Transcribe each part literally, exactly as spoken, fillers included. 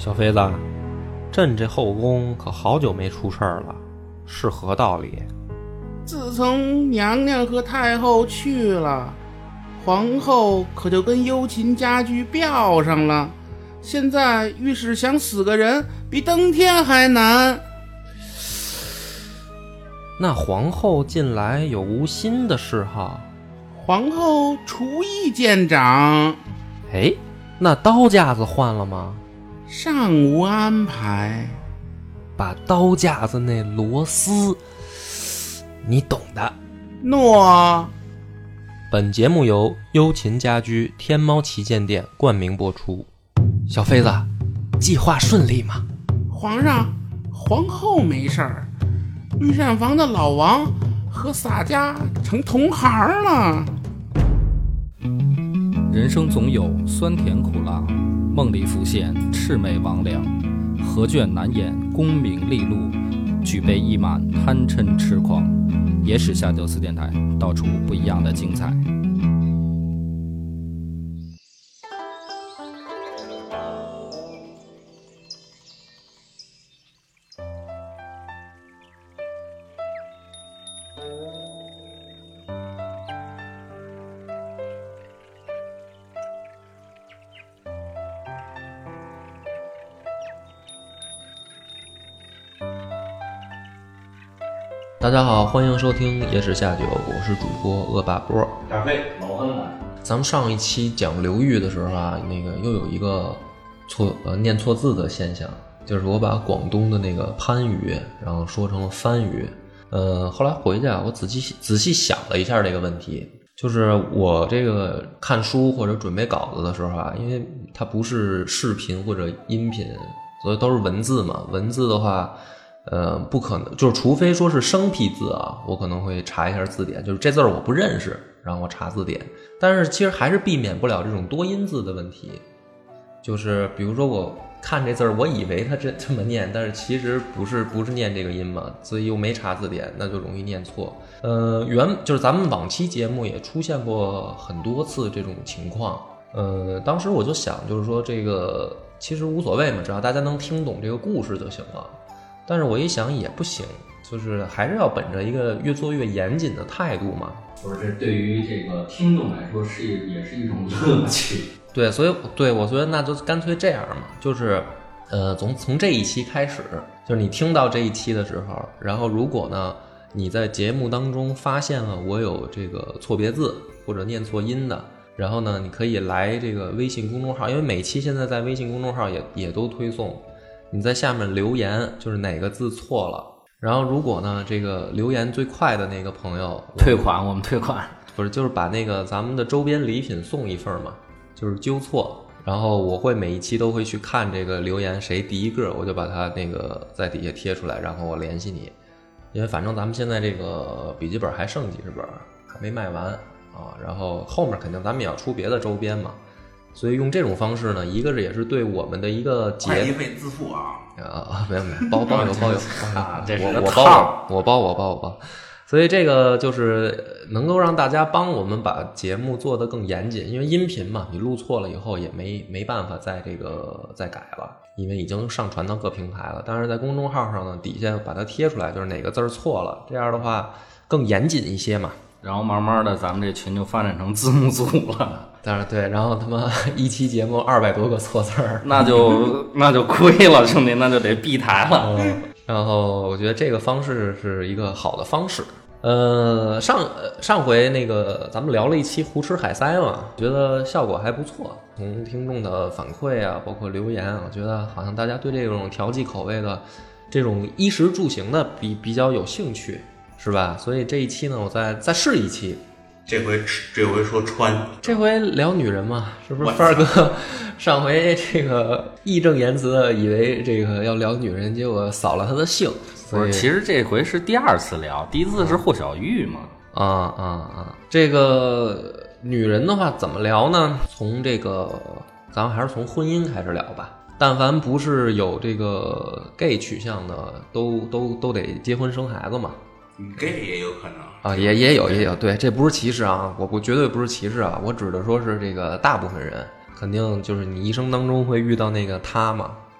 小妃子，朕这后宫可好久没出事儿了，是何道理？ 自从娘娘和太后去了，皇后可就跟幽禽家居飙上了，现在御史想死个人比登天还难。 那皇后近来有无新的嗜好？ 皇后厨艺见长。 哎，那刀架子换了吗？ 尚无安排。 把刀架子那螺丝，你懂的。 诺。 本节目由幽禽家居天猫旗舰店冠名播出。小妃子，计划顺利吗？ 皇上，皇后没事儿，御膳房的老王和洒家成同行了。 人生总有酸甜苦辣，梦里浮现魑魅魍魉，何卷难掩功名利禄，举杯一满贪嗔痴狂。野史下酒四电台，道出不一样的精彩。 大家好，欢迎收听野史下酒，我是主播恶霸波。 大飞老恩来。 咱们上一期讲刘裕的时候啊，那个又有一个错呃念错字的现象，就是我把广东的那个番禺，然后说成了番禺。呃，后来回去啊，我仔细仔细想了一下这个问题，就是我这个看书或者准备稿子的时候啊，因为它不是视频或者音频，所以都是文字嘛。文字的话。呃，不可能，就是除非说是生僻字啊，我可能会查一下字典，就是这字儿我不认识，然后我查字典。但是其实还是避免不了这种多音字的问题，就是比如说我看这字儿，我以为它这这么念，但是其实不是不是念这个音嘛，所以又没查字典，那就容易念错。呃，原就是咱们往期节目也出现过很多次这种情况。呃，当时我就想，就是说这个其实无所谓嘛，只要大家能听懂这个故事就行了。但是我一想也不行，就是还是要本着一个越做越严谨的态度嘛。 不是，这对于这个听众来说是也是一种乐趣。 对，所以对我觉得那就干脆这样嘛，就是呃，从从这一期开始，就是你听到这一期的时候，然后如果呢你在节目当中发现了我有这个错别字或者念错音的，然后呢你可以来这个微信公众号，因为每期现在在微信公众号也也都推送。你在下面留言，就是哪个字错了，然后如果呢这个留言最快的那个朋友退款，我们退款， 不是就是把那个咱们的周边礼品送一份嘛，就是纠错，然后我会每一期都会去看这个留言谁第一个，我就把它那个在底下贴出来，然后我联系你，因为反正咱们现在这个笔记本还剩几十本，还没卖完啊，然后后面肯定咱们也要出别的周边嘛。所以用这种方式呢，一个是也是对我们的一个节， 快递费自负啊！ 啊，没有没有，包包邮包邮啊，这是我我包我包我包我包，所以这个就是能够让大家帮我们把节目做得更严谨，因为音频嘛，你录错了以后也没没办法再这个再改了，因为已经上传到各平台了。但是在公众号上呢，底下把它贴出来，就是哪个字错了，这样的话更严谨一些嘛。 然后慢慢的，咱们这群就发展成字幕组了。 当然对，然后他妈一期节目二百多个错字儿， 那就那就亏了，兄弟，那就得闭台了。 嗯、然后我觉得这个方式是一个好的方式。呃，上上回那个咱们聊了一期胡吃海塞嘛，觉得效果还不错。从听众的反馈啊，包括留言，我觉得好像大家对这种调剂口味的这种衣食住行的比比较有兴趣。是吧？所以这一期呢，我再再试一期。 这回这回说穿， 这回聊女人嘛，是不是？范儿哥上回这个义正言辞的以为这个要聊女人，结果扫了他的兴。 不是，其实这回是第二次聊，第一次是霍小玉嘛。 啊啊啊！这个女人的话怎么聊呢？从这个咱们还是从婚姻开始聊吧。但凡不是有这个 gay 取向的，都都都得结婚生孩子嘛。 gay 也有可能啊，也也有也有，对，这不是歧视啊，我我绝对不是歧视啊，我指的说是这个大部分人，肯定就是你一生当中会遇到那个他嘛，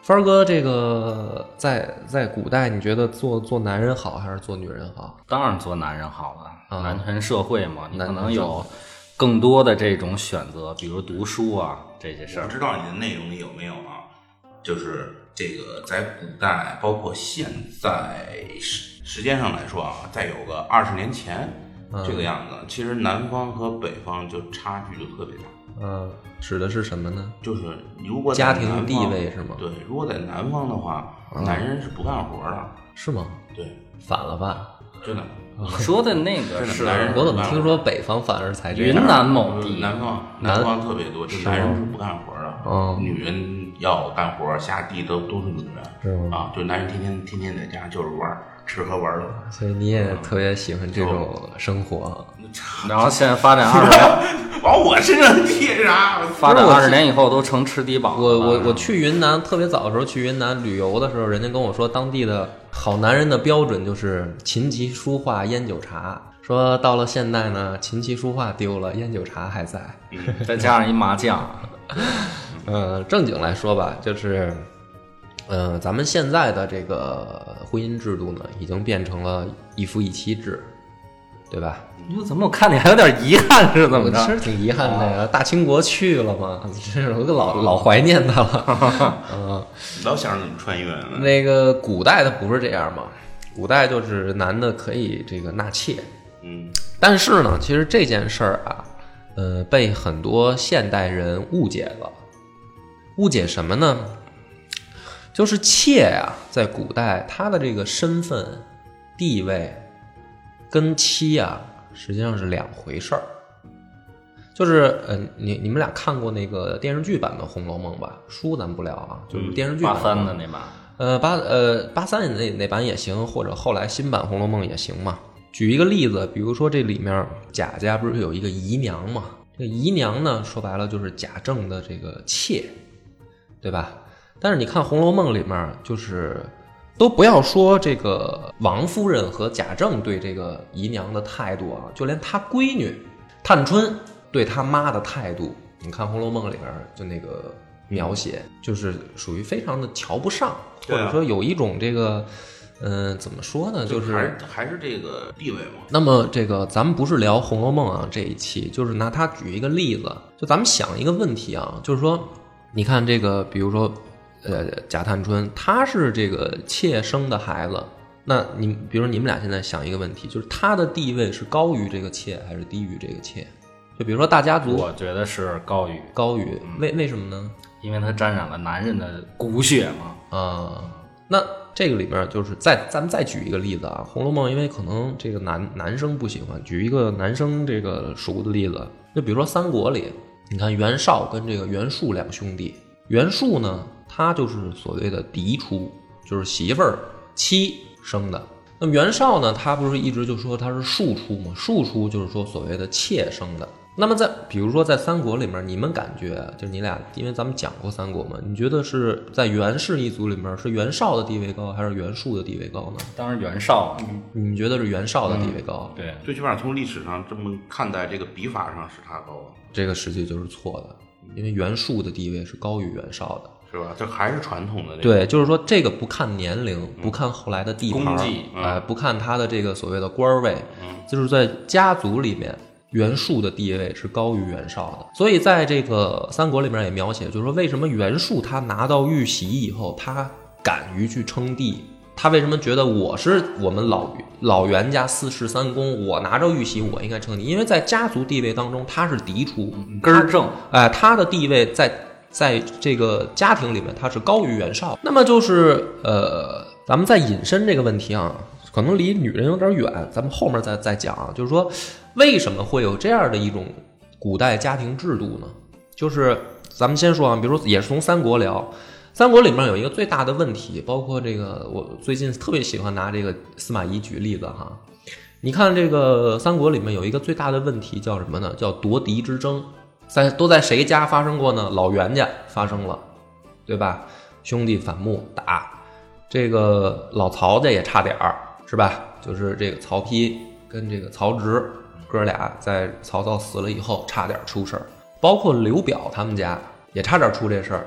帆儿哥，这个在在古代，你觉得做做男人好还是做女人好？ 当然做男人好了， 啊、 男权社会嘛，你可能男有更多的这种选择，比如读书啊这些事儿。 我不知道你的内容里有没有啊？就是这个在古代，包括现在时时间上来说啊，再有个二十年前、嗯、这个样子，其实南方和北方就差距就特别大。 嗯，指的是什么呢？ 就是如果家庭地位是吗？ 对，如果在南方的话，嗯、男人是不干活的。 是吗？ 对， 反了吧？ 真的。 你说的那个是， 我怎么听说北方反而才这样？ 云南某地， 南方南方特别多，就男人是不干活的， 嗯， 女人要干活，下地都都是女人， 是吗？ 啊，就男人天天天天在家就是玩，吃喝玩乐。 所以你也特别喜欢这种生活。 然后现在发展二十年， 往我身上贴啥？ 发展二十年以后都成吃低保。 我我我去云南特别早的时候去云南旅游的时候，人家跟我说，当地的好男人的标准就是琴棋书画烟酒茶。说到了现代呢，琴棋书画丢了，烟酒茶还在， 再加上一麻将。 呃，正经来说吧，就是，呃，咱们现在的这个婚姻制度呢，已经变成了一夫一妻制，对吧？ 你怎么我看你还有点遗憾是怎么着？ 我是挺遗憾的呀，啊、大清国去了嘛，这我老老怀念他了。嗯， 老想着怎么穿越呢？ 那个古代的不是这样嘛？古代就是男的可以这个纳妾， 嗯， 但是呢，其实这件事儿啊，呃，被很多现代人误解了。误解什么呢？就是妾啊，在古代他的这个身份地位跟妻啊实际上是两回事儿。就是呃，你你们俩看过那个电视剧版的《红楼梦》吧？书咱不聊啊，就是电视剧版八三的那版。 呃，八呃八三那那版也行，或者后来新版《红楼梦》也行嘛。举一个例子，比如说这里面贾家不是有一个姨娘嘛？这个姨娘呢，说白了就是贾政的这个妾，对吧？但是你看《红楼梦》里面，就是都不要说这个王夫人和贾政对这个姨娘的态度啊，就连她闺女探春对她妈的态度，你看《红楼梦》里面就那个描写，就是属于非常的瞧不上，或者说有一种这个。嗯、呃，怎么说呢？就是还是还是这个地位嘛。 那么这个咱们不是聊《红楼梦》啊这一期，就是拿它举一个例子，就咱们想一个问题啊，就是说，你看这个，比如说，呃，贾探春，她是这个妾生的孩子，那你比如说你们俩现在想一个问题，就是她的地位是高于这个妾还是低于这个妾？就比如说大家族， 我觉得是高于高于，为为什么呢？ 因为它沾染了男人的骨血嘛。 啊，那。这个里面就是再咱们再举一个例子啊，《红楼梦》因为可能这个男男生不喜欢，举一个男生这个熟的例子，就比如说三国里，你看袁绍跟这个袁术两兄弟，袁术呢，他就是所谓的嫡出，就是媳妇儿妻生的。那么袁绍呢，他不是一直就说他是庶出嘛，庶出就是说所谓的妾生的。那么在比如说在三国里面，你们感觉就是你俩，因为咱们讲过三国嘛，你觉得是在袁氏一族里面是袁绍的地位高还是袁术的地位高呢？ 当然袁绍啊。 你们觉得是袁绍的地位高？ 嗯、对， 最起码从历史上这么看待，这个笔法上是他高。 这个实际就是错的，因为袁术的地位是高于袁绍的。 是吧？这还是传统的、那个。 对，就是说这个不看年龄，不看后来的地盘， 功绩， 哎、呃，不看他的这个所谓的官位，嗯，就是在家族里面，袁术的地位是高于袁绍的。所以在这个三国里面也描写，就是说为什么袁术他拿到玉玺以后，他敢于去称帝，他为什么觉得我是我们老老袁家四世三公，我拿着玉玺我应该称帝？因为在家族地位当中，他是嫡出， 根儿正， 哎、呃，他的地位在。在这个家庭里面，他是高于袁绍。那么就是呃，咱们再引申这个问题啊，可能离女人有点远，咱们后面再再讲啊。就是说，为什么会有这样的一种古代家庭制度呢？就是咱们先说啊，比如说也是从三国聊，三国里面有一个最大的问题，包括这个我最近特别喜欢拿这个司马懿举例子哈。你看这个三国里面有一个最大的问题叫什么呢？叫夺嫡之争。在都在谁家发生过呢？老袁家发生了，对吧？兄弟反目打，这个老曹家也差点儿，是吧？就是这个曹丕跟这个曹植哥俩在曹操死了以后差点出事儿，包括刘表他们家也差点出这事儿。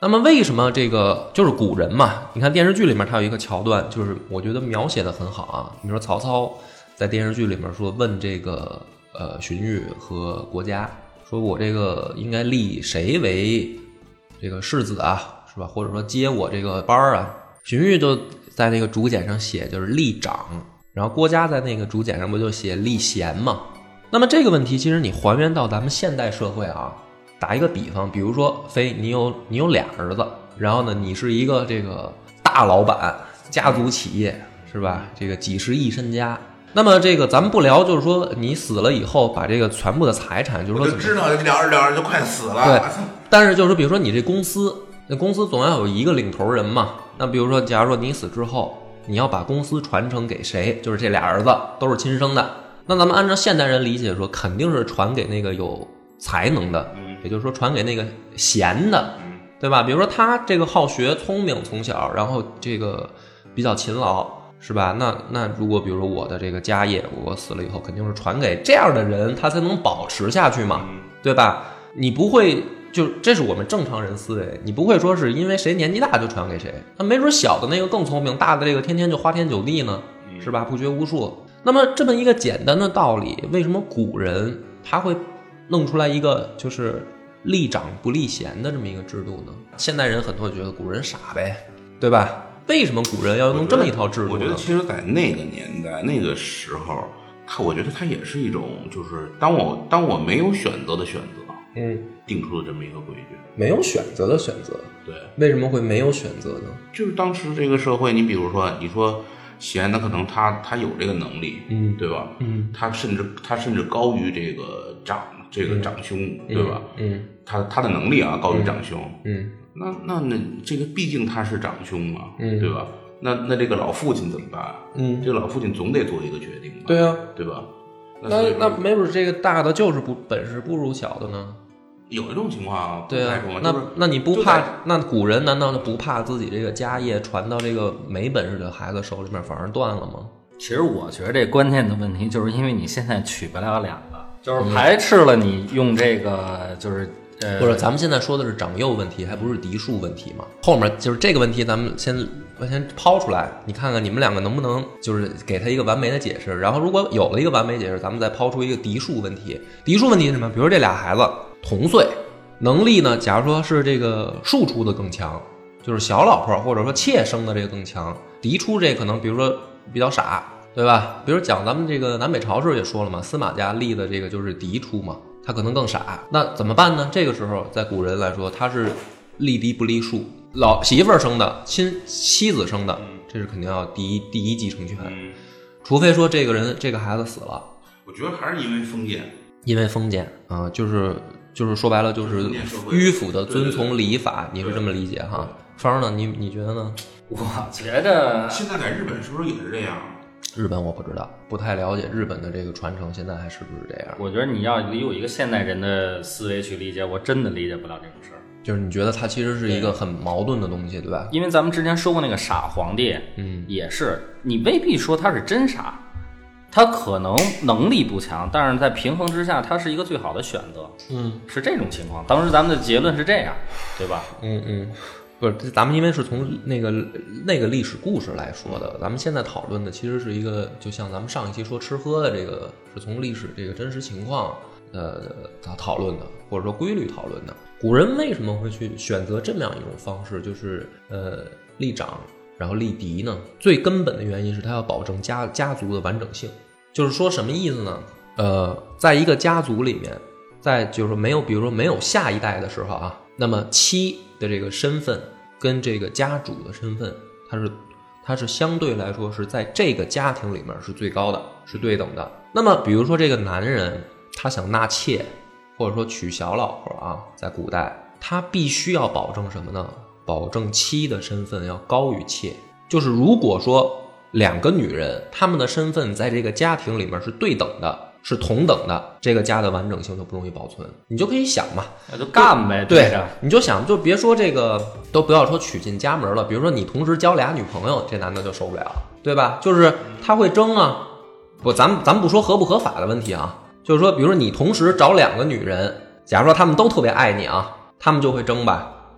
那么为什么这个就是古人嘛？你看电视剧里面他有一个桥段，就是我觉得描写的很好啊。你说曹操在电视剧里面说问这个呃荀彧和国家，说我这个应该立谁为这个世子啊，是吧？或者说接我这个班儿啊？荀彧就在那个竹简上写就是立长，然后郭嘉在那个竹简上不就写立贤嘛？那么这个问题其实你还原到咱们现代社会啊，打一个比方，比如说飞，你有你有俩儿子，然后呢你是一个这个大老板，家族企业是吧？这个几十亿身家。那么这个咱们不聊，就是说你死了以后把这个全部的财产，就是说我就知道聊着聊着就快死了。 对，但是就是说比如说你这公司，那公司总要有一个领头人嘛。那比如说假如说你死之后，你要把公司传承给谁？就是这俩儿子都是亲生的。那咱们按照现代人理解说，肯定是传给那个有才能的，也就是说传给那个贤的，对吧？比如说他这个好学聪明，从小然后这个比较勤劳，是吧？那那如果比如说我的这个家业，我死了以后肯定是传给这样的人，他才能保持下去嘛，对吧？你不会就这是我们正常人思维，你不会说是因为谁年纪大就传给谁，那没准小的那个更聪明，大的这个天天就花天酒地呢，是吧？不学无术。那么这么一个简单的道理，为什么古人他会弄出来一个就是立长不立贤的这么一个制度呢？现代人很多觉得古人傻呗，对吧？为什么古人要用这么一套制度呢？ 我觉得其实在那个年代那个时候，他我觉得他也是一种，就是当我当我没有选择的选择， 嗯， 定出了这么一个规矩。 没有选择的选择， 对， 为什么会没有选择呢？ 就是当时这个社会，你比如说，你说贤，那可能他他有这个能力， 嗯， 对吧？ 嗯， 他甚至他甚至高于这个长这个长兄， 嗯、 对吧？ 嗯， 他他的能力啊高于长兄， 嗯， 那那那这个毕竟他是长兄嘛， 嗯， 对吧？那那这个老父亲怎么办？ 嗯， 这个老父亲总得做一个决定吧， 对啊， 对吧？ 那那那没准这个大的就是不本事不如小的呢。 有一种情况， 对啊， 那那那你不怕？那古人难道不怕自己这个家业传到这个没本事的孩子手里面反而断了吗？ 其实我觉得这关键的问题就是因为你现在娶不了两个，就是排斥了你用这个，就是呃， 或者咱们现在说的是长幼问题，还不是嫡庶问题嘛？后面就是这个问题，咱们先我先抛出来，你看看你们两个能不能就是给他一个完美的解释。然后如果有了一个完美解释，咱们再抛出一个嫡庶问题。嫡庶问题是什么？比如说这俩孩子同岁，能力呢，假如说是这个庶出的更强，就是小老婆或者说妾生的这个更强，嫡出这可能比如说比较傻，对吧？比如讲咱们这个南北朝时也说了嘛，司马家立的这个就是嫡出嘛，他可能更傻，那怎么办呢？这个时候在古人来说，他是立嫡不立庶，老媳妇儿生的，亲妻子生的，这是肯定要第一第一继承权，除非说这个人这个孩子死了。 我觉得还是因为封建， 因为封建啊、呃，就是就是说白了就是迂腐的遵从礼法，你是这么理解哈？方呢，你你觉得呢？ 我觉得现在在日本是不是也是这样？ 日本我不知道，不太了解日本的这个传承，现在还是不是这样？ 我觉得你要以我一个现代人的思维去理解，我真的理解不了这种事儿。 就是你觉得它其实是一个很矛盾的东西，对吧？ 因为咱们之前说过那个傻皇帝， 嗯， 也是你未必说他是真傻，他可能能力不强，但是在平衡之下，他是一个最好的选择。 嗯， 是这种情况。当时咱们的结论是这样，对吧？ 嗯嗯。不是，咱们因为是从那个那个历史故事来说的，咱们现在讨论的其实是一个，就像咱们上一期说吃喝的这个，是从历史这个真实情况呃讨论的，或者说规律讨论的。古人为什么会去选择这么样一种方式，就是呃立长然后立嫡呢？最根本的原因是他要保证家家族的完整性。就是说什么意思呢？呃，在一个家族里面，在就是说没有，比如说没有下一代的时候啊，那么妻的这个身份跟这个家主的身份，它是它是相对来说是在这个家庭里面是最高的，是对等的。那么比如说这个男人他想纳妾，或者说娶小老婆啊，在古代他必须要保证什么呢？保证妻的身份要高于妾。就是如果说两个女人她们的身份在这个家庭里面是对等的，是同等的，这个家的完整性就不容易保存。你就可以想嘛， 那就干呗。 对，对你就想，就别说这个，都不要说娶进家门了。比如说你同时交俩女朋友，这男的就受不了，对吧？就是他会争啊。不，咱们咱们不说合不合法的问题啊，就是说，比如说你同时找两个女人，假如说他们都特别爱你啊，他们就会争吧。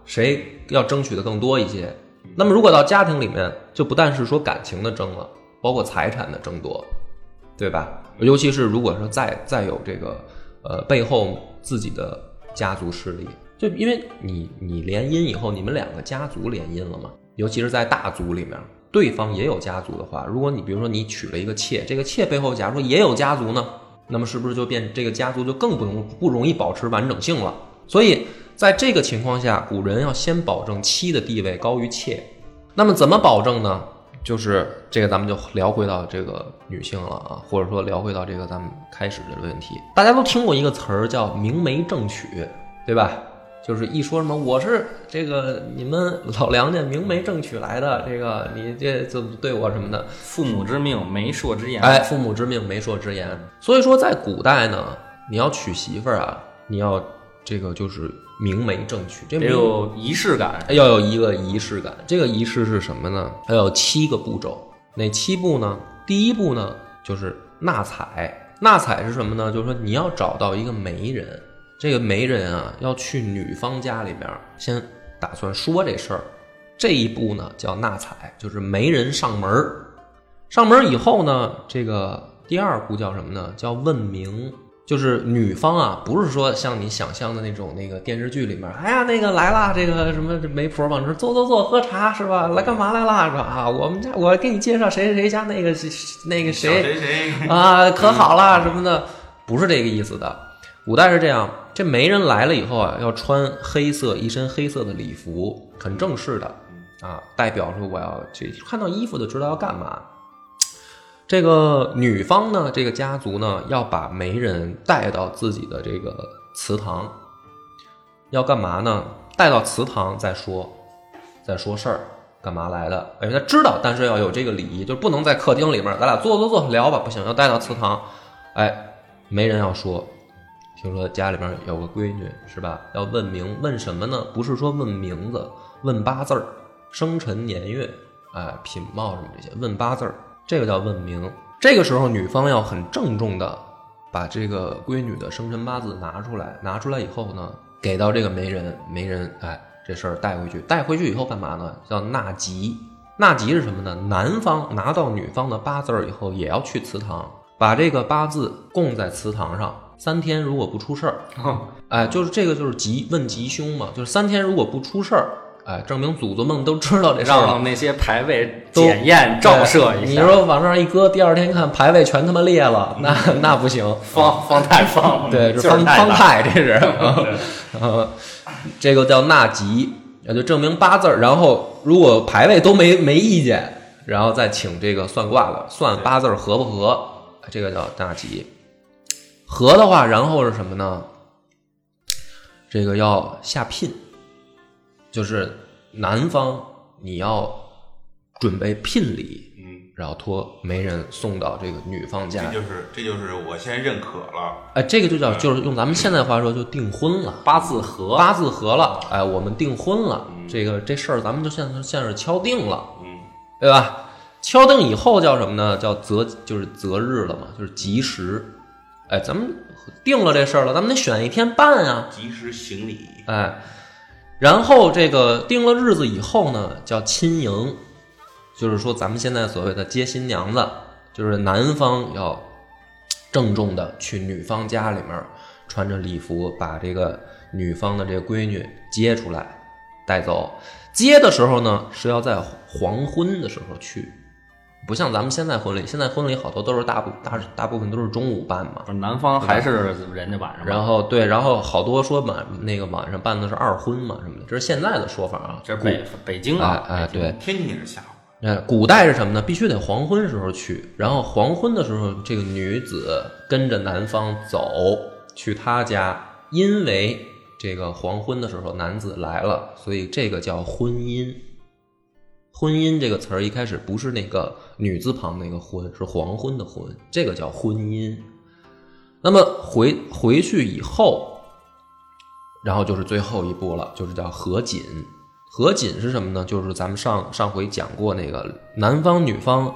谁要争取的更多一些。那么如果到家庭里面，就不但是说感情的争了，包括财产的争夺，对吧？尤其是如果说再再有这个呃背后自己的家族势力，就因为你你联姻以后，你们两个家族联姻了嘛，尤其是在大族里面，对方也有家族的话，如果你比如说你娶了一个妾，这个妾背后假如说也有家族呢，那么是不是就变这个家族就更不容不容易保持完整性了？所以在这个情况下，古人要先保证妻的地位高于妾。那么怎么保证呢？就是这个咱们就聊回到这个女性了啊，或者说聊回到这个咱们开始的问题。大家都听过一个词儿叫明媒正娶，对吧？就是一说什么我是这个你们老梁家明媒正娶来的，这个你这怎么对我什么的， 父母之命媒妁之言。 哎，父母之命媒妁之言。所以说在古代呢，你要娶媳妇儿啊，你要这个就是明媒正娶，这得有仪式感， 要有一个仪式感。这个仪式是什么呢？要有七个步骤。哪七步呢？第一步呢就是纳采。纳采是什么呢？就是说你要找到一个媒人，这个媒人啊要去女方家里边先打算说这事儿。这一步呢叫纳采，就是媒人上门。上门以后呢，这个第二步叫什么呢？叫问名。就是女方啊，不是说像你想象的那种那个电视剧里面，哎呀那个来啦，这个什么媒婆往这坐坐坐喝茶是吧？来干嘛来啦？是吧？啊，我们家我给你介绍谁谁谁家那个那个谁谁谁啊，可好啦什么的，不是这个意思的。古代是这样，这媒人来了以后啊，要穿黑色一身黑色的礼服，很正式的啊，代表说我要这看到衣服就知道要干嘛。这个女方呢，这个家族呢，要把媒人带到自己的这个祠堂，要干嘛呢？带到祠堂再说，再说事儿，干嘛来的？哎，他知道，但是要有这个礼仪，就不能在客厅里面，咱俩坐坐坐聊吧，不行，要带到祠堂。哎，媒人要说，听说家里边有个闺女是吧？要问名，问什么呢？不是说问名字，问八字儿，生辰年月，哎，品貌什么这些，问八字儿。这个叫问名。这个时候女方要很郑重的把这个闺女的生辰八字拿出来，拿出来以后呢，给到这个媒人，媒人哎，这事儿带回去，带回去以后干嘛呢？叫纳吉。纳吉是什么呢？男方拿到女方的八字以后，也要去祠堂，把这个八字供在祠堂上，三天如果不出事儿，哎，就是这个就是吉，问吉凶嘛，就是三天如果不出事儿。哎，证明祖宗们都知道这事儿了， 让那些牌位检验照射一下。 你说往上一搁，第二天看牌位全他妈裂了，那那不行， 方方太方， 对，是方方太，这是，呃，这个叫纳吉，也就证明八字。然后如果牌位都没没意见，然后再请这个算卦的算八字合不合，这个叫纳吉。合的话，然后是什么呢？这个要下聘。就是男方你要准备聘礼，嗯，然后托媒人送到这个女方家， 这就是这就是我先认可了， 哎，这个就叫就是用咱们现在话说就订婚了， 八字合， 八字合了，哎，我们订婚了，嗯、这个这事儿咱们就现在现在是敲定了，嗯，对吧？敲定以后叫什么呢？叫择就是择日了嘛，就是吉时，哎，咱们定了这事儿了，咱们得选一天办啊， 吉时行礼， 哎。然后这个定了日子以后呢，叫亲迎，就是说咱们现在所谓的接新娘子，就是男方要郑重的去女方家里面，穿着礼服把这个女方的这个闺女接出来带走。接的时候呢是要在黄昏的时候去，不像咱们现在婚礼，现在婚礼好多都是大部大大部分都是中午办嘛， 男方还是人家晚上， 然后对，然后好多说晚那个晚上办的是二婚嘛什么的，这是现在的说法啊。 这是北北京啊， 哎哎对， 天津也是下午。 哎，古代是什么呢？必须得黄昏时候去，然后黄昏的时候，这个女子跟着男方走去他家，因为这个黄昏的时候男子来了，所以这个叫婚姻。婚姻这个词儿一开始不是那个女字旁那个婚，是黄昏的昏，这个叫婚姻。那么回回去以后，然后就是最后一步了，就是叫合卺。合卺是什么呢？就是咱们上上回讲过那个男方女方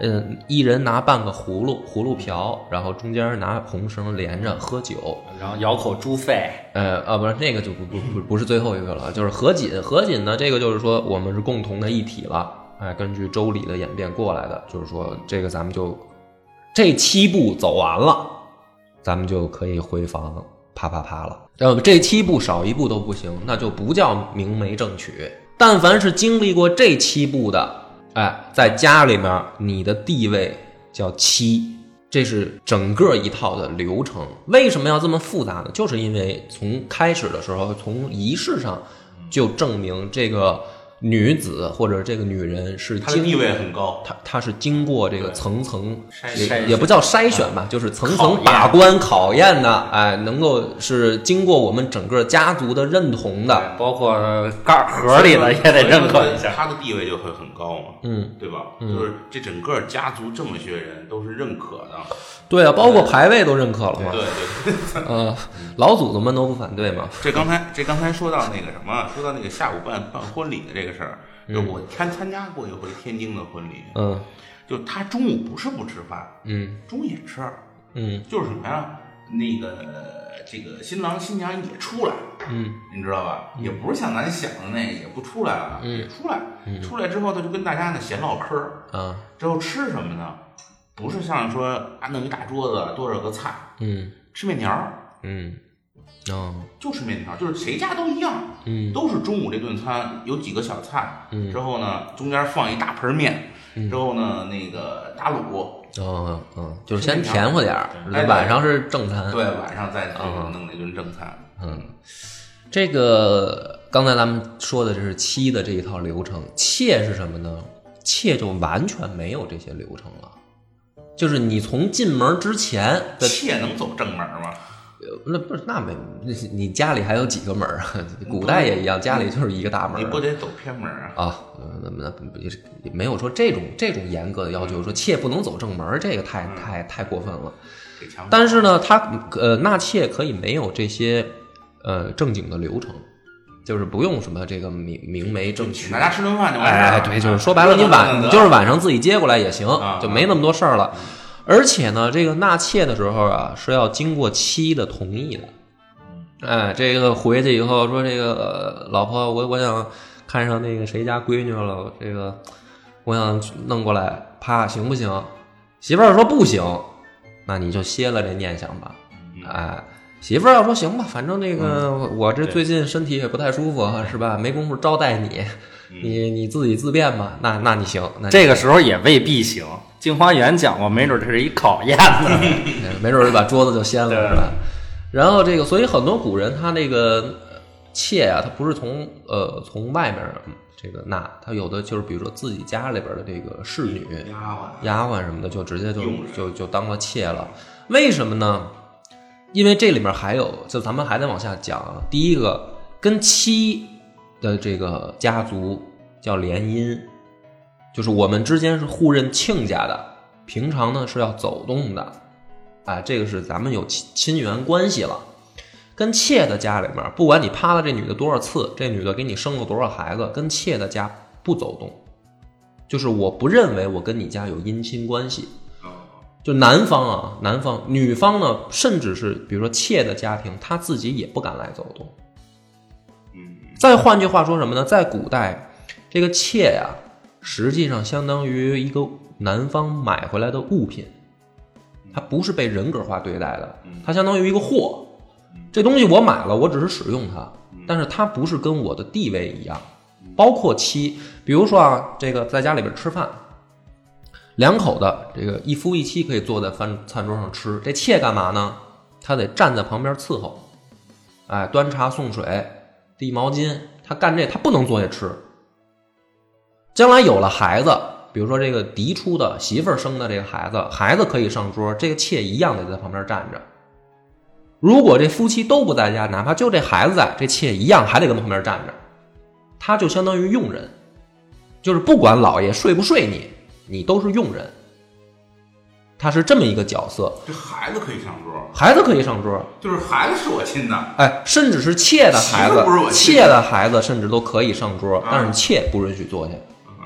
嗯，一人拿半个葫芦葫芦瓢，然后中间拿红绳连着喝酒， 然后咬口猪肺。 呃啊，不是那个就不不不不是最后一个了，就是合卺。合卺呢，这个就是说我们是共同的一体了。哎，根据周礼的演变过来的，就是说这个咱们就这七步走完了，咱们就可以回房啪啪啪了。呃，这七步少一步都不行，那就不叫明媒正娶。但凡是经历过这七步的，哎，在家里面你的地位叫妻，这是整个一套的流程。为什么要这么复杂呢？就是因为从开始的时候，从仪式上就证明这个女子或者这个女人是经她的地位很高， 她她是经过这个层层也也不叫筛选吧，就是层层把关考验的，哎，能够是经过我们整个家族的认同的， 包括盖盒里的也得认可一下， 她的地位就会很高嘛， 嗯， 对吧？ 嗯， 就是这整个家族这么些人都是认可的， 对啊，包括牌位都认可了嘛， 对对对， 呃，老祖宗们都不反对嘛。 这刚才这刚才说到那个什么，说到那个下午办办婚礼的这个事儿，就我参参加过一回天津的婚礼， 嗯， 就他中午不是不吃饭， 嗯， 中午也吃， 嗯， 就是什么呀？那个这个新郎新娘也出来， 嗯， 你知道吧？也不是像咱想的那，也不出来了， 嗯， 也出来， 嗯， 出来之后他就跟大家呢闲唠嗑儿啊， 之后吃什么呢？不是像说啊弄一大桌子多少个菜， 嗯， 吃面条， 嗯，哦， 就吃面条，就是谁家都一样， 嗯， 都是中午这顿餐有几个小菜， 嗯， 之后呢中间放一大盆面， 嗯， 之后呢那个打卤。 哦，嗯，就是先甜乎点儿， 哎， 晚上是正餐。 对，晚上再弄那顿正餐。 嗯，这个刚才咱们说的这是妻的这一套流程，妾是什么呢？妾就完全没有这些流程了，就是你从进门之前的妾能走正门吗？ 那不是那没你家里还有几个门啊？古代也一样，家里就是一个大门。 你不得走偏门啊？ 啊，那那也没有说这种这种严格的要求，说妾不能走正门，这个太太太过分了。但是呢，他呃纳妾可以没有这些呃正经的流程，就是不用什么这个明明媒正娶， 大家吃顿饭就完事儿了。 哎，对，就是说白了，你晚你就是晚上自己接过来也行，就没那么多事儿了。而且呢，这个纳妾的时候啊，是要经过妻的同意的。哎，这个回去以后说，这个、呃、老婆，我我想看上那个谁家闺女了，这个我想弄过来，啪，行不行？媳妇儿说不行，那你就歇了这念想吧。哎，媳妇儿要说行吧，反正这个、嗯、我这最近身体也不太舒服，是吧？没工夫招待你，你你自己自便吧。那那你行，那你这个时候也未必行。镜花缘讲过，没准这是一考验呢， 没准就把桌子就掀了，是吧？然后这个，所以很多古人他那个妾啊，他不是从呃从外面这个纳，他有的就是比如说自己家里边的这个侍女、 丫鬟、 丫鬟什么的，就直接就就就当了妾了。为什么呢？因为这里面还有，就咱们还得往下讲啊。第一个，跟妻的这个家族叫联姻。就是我们之间是互认亲家的，平常呢是要走动的，哎，这个是咱们有亲缘关系了。跟妾的家里面，不管你趴了这女的多少次，这女的给你生了多少孩子，跟妾的家不走动，就是我不认为我跟你家有姻亲关系。就男方啊，男方女方呢，甚至是比如说妾的家庭，他自己也不敢来走动。再换句话说什么呢？在古代，这个妾呀、啊。实际上相当于一个男方买回来的物品，它不是被人格化对待的，它相当于一个货。这东西我买了，我只是使用它，但是它不是跟我的地位一样。包括妻，比如说啊，这个在家里边吃饭，两口的这个一夫一妻可以坐在饭餐桌上吃，这妾干嘛呢？他得站在旁边伺候，哎，端茶送水、递毛巾，他干这，他不能坐下吃。将来有了孩子，比如说这个嫡出的媳妇儿生的这个孩子，孩子可以上桌，这个妾一样得在旁边站着。如果这夫妻都不在家，哪怕就这孩子在，这妾一样还得跟旁边站着。他就相当于佣人，就是不管老爷睡不睡你，你都是佣人。他是这么一个角色。 这孩子可以上桌， 孩子可以上桌， 就是孩子是我亲的， 哎，甚至是妾的孩子，妾的孩子甚至都可以上桌，但是妾不允许坐下。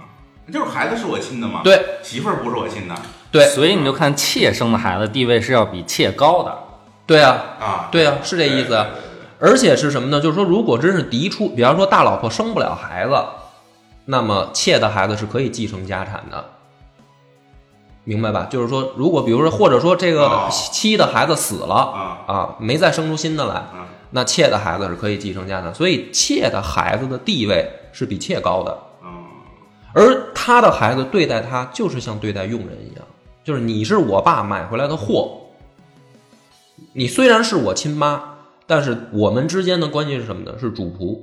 就是孩子是我亲的嘛， 对， 媳妇儿不是我亲的， 对， 所以你就看妾生的孩子地位是要比妾高的。 对啊， 啊， 对啊，是这意思。而且是什么呢？就是说，如果真是嫡出，比方说大老婆生不了孩子，那么妾的孩子是可以继承家产的，明白吧？就是说，如果比如说，或者说这个妻的孩子死了、哦、啊，没再生出新的来， 嗯、 那妾的孩子是可以继承家产，所以妾的孩子的地位是比妾高的。 嗯， 而他的孩子对待他就是像对待佣人一样，就是你是我爸买回来的货。你虽然是我亲妈，但是我们之间的关系是什么呢？是主仆。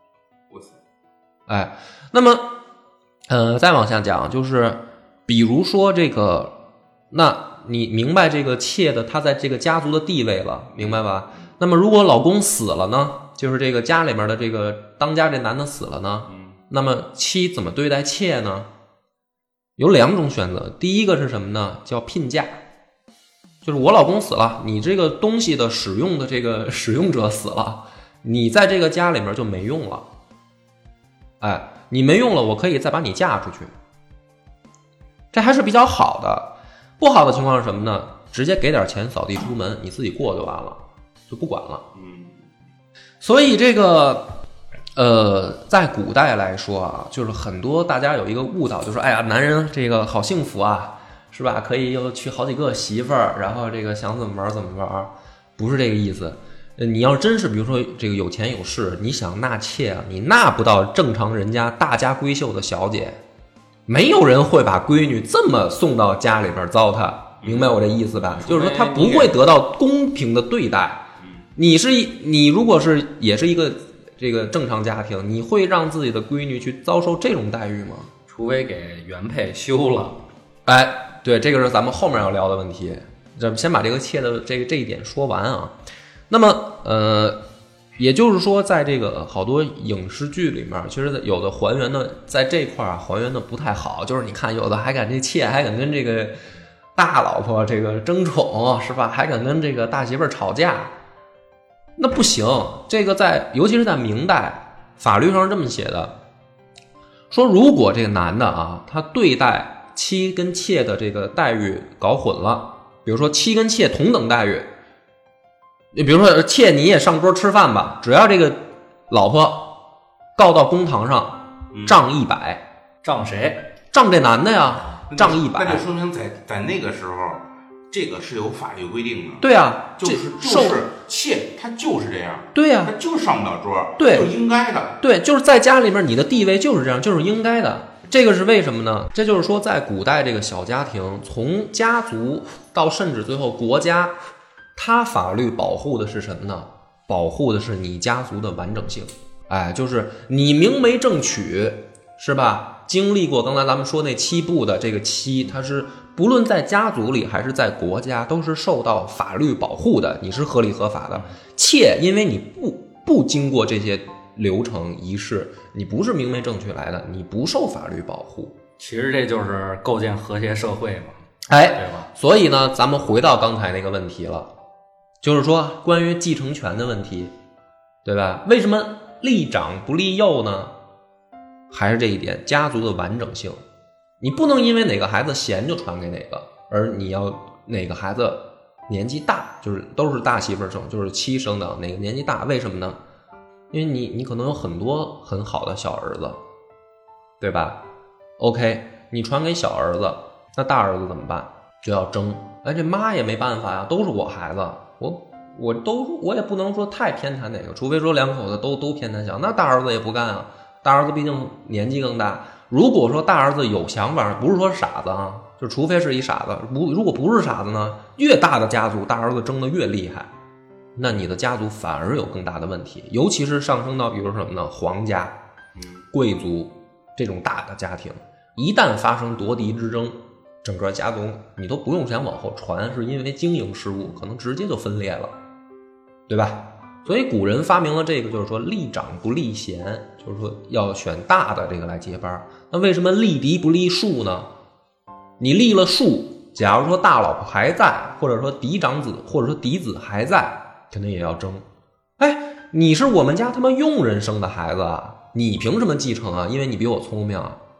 哎，那么，呃，再往下讲，就是比如说这个，那你明白这个妾的她在这个家族的地位了，明白吧？那么如果老公死了呢，就是这个家里面的这个当家这男的死了呢，那么妻怎么对待妾呢？有两种选择，第一个是什么呢？叫聘嫁。就是我老公死了，你这个东西的使用的这个使用者死了，你在这个家里面就没用了。哎，你没用了，我可以再把你嫁出去。这还是比较好的。不好的情况是什么呢？直接给点钱扫地出门，你自己过就完了，就不管了。 嗯。 所以这个呃，在古代来说啊，就是很多大家有一个误导，就是哎呀，男人这个好幸福啊。是吧？可以又娶好几个媳妇儿，然后这个想怎么玩怎么玩，不是这个意思。你要真是比如说这个有钱有势，你想纳妾啊，你纳不到正常人家大家闺秀的小姐，没有人会把闺女这么送到家里边糟蹋，明白我这意思吧？就是说他不会得到公平的对待。你是你如果是也是一个这个正常家庭，你会让自己的闺女去遭受这种待遇吗？ 除非给原配休了。 哎。对，这个是咱们后面要聊的问题。咱们先把这个妾的这个这一点说完啊。那么，呃，也就是说，在这个好多影视剧里面，其实有的还原的在这块啊还原的不太好。就是你看，有的还敢这妾还敢跟这个大老婆这个争宠，是吧？还敢跟这个大媳妇儿吵架，那不行。这个在尤其是在明代法律上是这么写的，说如果这个男的啊，他对待妻跟妾的这个待遇搞混了，比如说妻跟妾同等待遇，你比如说妾你也上桌吃饭吧，只要这个老婆告到公堂上，杖一百， 杖谁？ 杖这男的呀，杖一百。 那就说明在在那个时候，这个是有法律规定的。 对啊， 就是就是妾，他就是这样。 对呀、啊， 他就上不了桌， 对， 就应该的。 对，就是在家里面你的地位就是这样，就是应该的。这个是为什么呢？这就是说，在古代这个小家庭，从家族到甚至最后国家，它法律保护的是什么呢？保护的是你家族的完整性。哎，就是你明媒正娶，是吧？经历过刚才咱们说那七步的这个妻，它是不论在家族里还是在国家，都是受到法律保护的，你是合理合法的。妾，因为你不不经过这些流程仪式，你不是明媒正娶来的，你不受法律保护。 其实这就是构建和谐社会嘛， 哎， 对吧？ 所以呢，咱们回到刚才那个问题了，就是说关于继承权的问题，对吧？为什么立长不立幼呢？还是这一点，家族的完整性。你不能因为哪个孩子闲就传给哪个，而你要哪个孩子年纪大，就是都是大媳妇生，就是妻生的，哪个年纪大？为什么呢？因为你你可能有很多很好的小儿子，对吧 ？OK， 你传给小儿子，那大儿子怎么办？就要争。哎，这妈也没办法呀，都是我孩子，我我都我也不能说太偏袒哪个，除非说两口子都都偏袒小，那大儿子也不干啊。大儿子毕竟年纪更大，如果说大儿子有想法，不是说傻子啊，就除非是一傻子，不如果不是傻子呢，越大的家族，大儿子争得越厉害。那你的家族反而有更大的问题，尤其是上升到比如什么呢，皇家、贵族这种大的家庭，一旦发生夺嫡之争，整个家族你都不用想往后传，是因为经营失误，可能直接就分裂了，对吧？所以古人发明了这个，就是说立长不立贤，就是说要选大的这个来接班。那为什么立嫡不立庶呢？你立了庶，假如说大老婆还在，或者说嫡长子，或者说嫡子还在，肯定也要争。哎，你是我们家他妈佣人生的孩子啊，你凭什么继承啊？因为你比我聪明啊，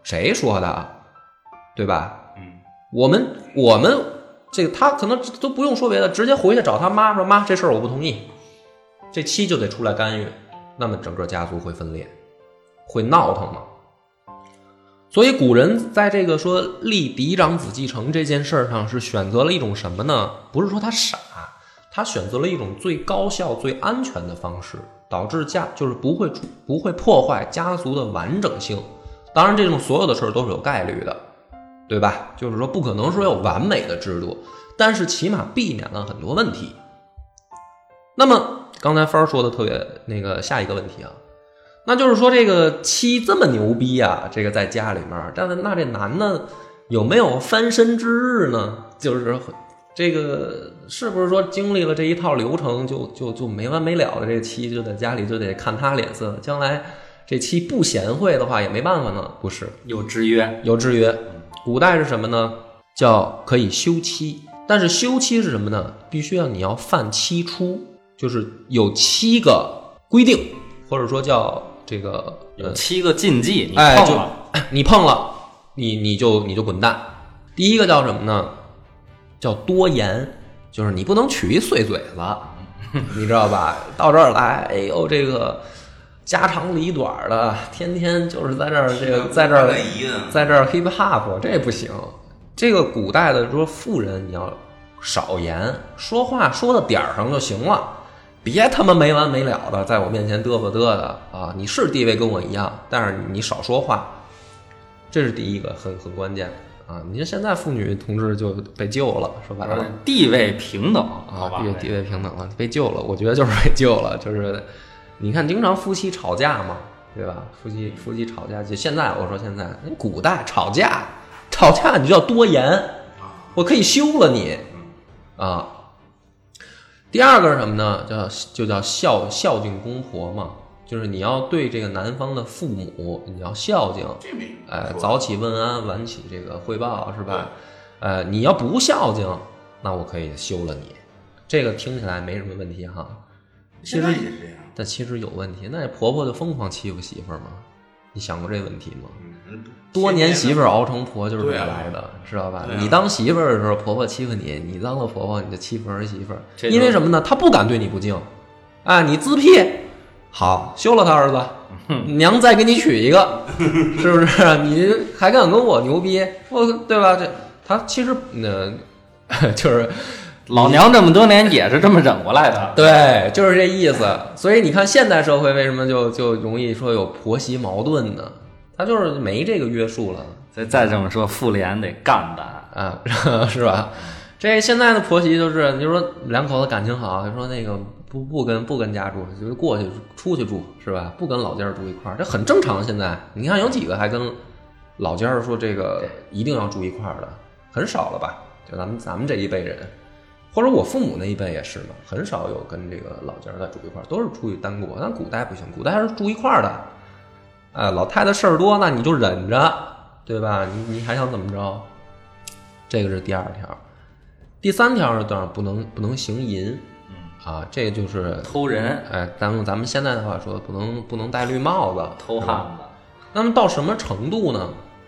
谁说的？对吧？ 嗯， 我们我们这个他可能都不用说别的，直接回去找他妈说妈，这事儿我不同意，这妻就得出来干预，那么整个家族会分裂，会闹腾嘛。所以古人在这个说立嫡长子继承这件事上是选择了一种什么呢？不是说他傻，他选择了一种最高效最安全的方式，导致家就是不会不会破坏家族的完整性。当然这种所有的事儿都是有概率的，对吧？就是说不可能说有完美的制度，但是起码避免了很多问题。那么刚才帆说的特别那个下一个问题啊，那就是说这个妻这么牛逼啊，这个在家里面，但是那这男的有没有翻身之日呢？就是这个是不是说经历了这一套流程就就就没完没了的，这个妻就在家里就得看他脸色，将来这妻不贤惠的话也没办法呢？不是， 有制约， 有制约。古代是什么呢？叫可以休妻，但是休妻是什么呢？必须要你要犯七出，就是有七个规定，或者说叫这个有七个禁忌，你哎， 碰了， 就你碰了，你你就你就滚蛋。第一个叫什么呢？叫多言，就是你不能娶一碎嘴子，你知道吧？到这儿来，哎呦，这个家长里短的，天天就是在这儿这个在这儿在这儿 hip hop， 这不行。这个古代的说妇人你要少言，说话说到点儿上就行了，别他妈没完没了的在我面前嘚啵嘚的啊！你是地位跟我一样，但是你少说话，这是第一个很很关键啊！你看现在妇女同志就被救了，说白了地位平等，好吧？ 地位地位平等了，被救了，我觉得就是被救了，就是你看经常夫妻吵架嘛，对吧？夫妻夫妻吵架，就现在我说现在，古代吵架吵架你就要多言，我可以休了你啊。第二个是什么呢？叫就叫孝孝敬公婆嘛，就是你要对这个男方的父母你要孝敬，哎，早起问安，晚起这个汇报，是吧？呃，你要不孝敬，那我可以休了你。这个听起来没什么问题哈，其实但其实有问题。那婆婆就疯狂欺负媳妇儿吗？你想过这问题吗？ 嗯， 多年媳妇儿熬成婆就是这么来的，知道吧？你当媳妇儿的时候，婆婆欺负你；你当了婆婆，你就欺负儿媳妇儿。因为什么呢？她不敢对你不敬，啊，你自闭，好，休了他儿子，娘再给你娶一个，是不是？你还敢跟我牛逼，我对吧？这他其实呢、呃，就是老娘这么多年也是这么忍过来的， 对，就是这意思。所以你看现代社会为什么就就容易说有婆媳矛盾呢？他就是没这个约束了。 再再这么说，妇联得干的啊，是吧？这现在的婆媳就是，你说两口子感情好，就说那个不不跟不跟家住，就是过去出去住，是吧？不跟老家住一块儿，这很正常。现在你看有几个还跟老家说这个一定要住一块儿的，很少了吧？就咱们咱们这一辈人，或者我父母那一辈也是嘛，很少有跟这个老家再住一块儿，都是出去单过。但古代不行，古代还是住一块儿的。哎，老太太事儿多，那你就忍着，对吧？你你还想怎么着？这个是第二条。第三条呢，当然不能不能行淫，啊，这个就是偷人。 哎，咱们咱们现在的话说，不能不能戴绿帽子， 偷汉子。 那么到什么程度呢？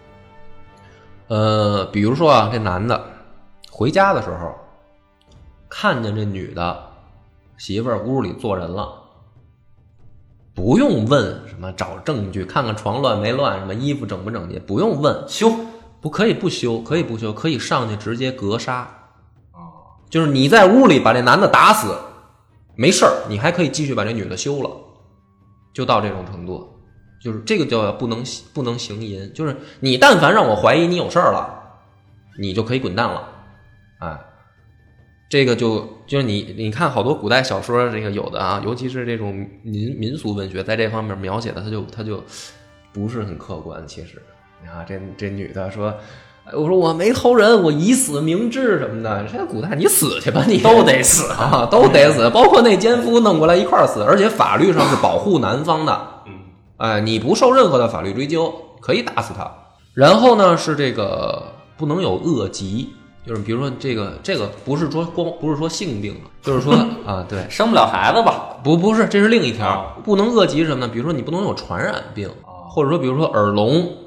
呃，比如说啊，这男的回家的时候，看见这女的媳妇儿屋里坐人了。不用问什么找证据，看看床乱没乱，什么衣服整不整洁，不用问， 修不可以不修，可以不修，可以上去直接格杀。哦，就是你在屋里把这男的打死，没事儿，你还可以继续把这女的休了，就到这种程度。就是这个叫不能不能行淫，就是你但凡让我怀疑你有事儿了，你就可以滚蛋了，哎。这个就就是你你看好多古代小说，这个有的啊，尤其是这种民民俗文学，在这方面描写的，他就他就不是很客观。其实，啊，这这女的说，我说我没偷人，我以死明志什么的。这古代你死去吧，你都得死啊，都得死，包括那奸夫弄过来一块儿死，而且法律上是保护男方的，哎，你不受任何的法律追究，可以打死他。然后呢，是这个不能有恶疾。就是比如说这个这个不是说光不是说性病，就是说啊，对， 生不了孩子吧？ 不不是，这是另一条，不能恶疾是什么呢？比如说你不能有传染病，或者说比如说耳聋、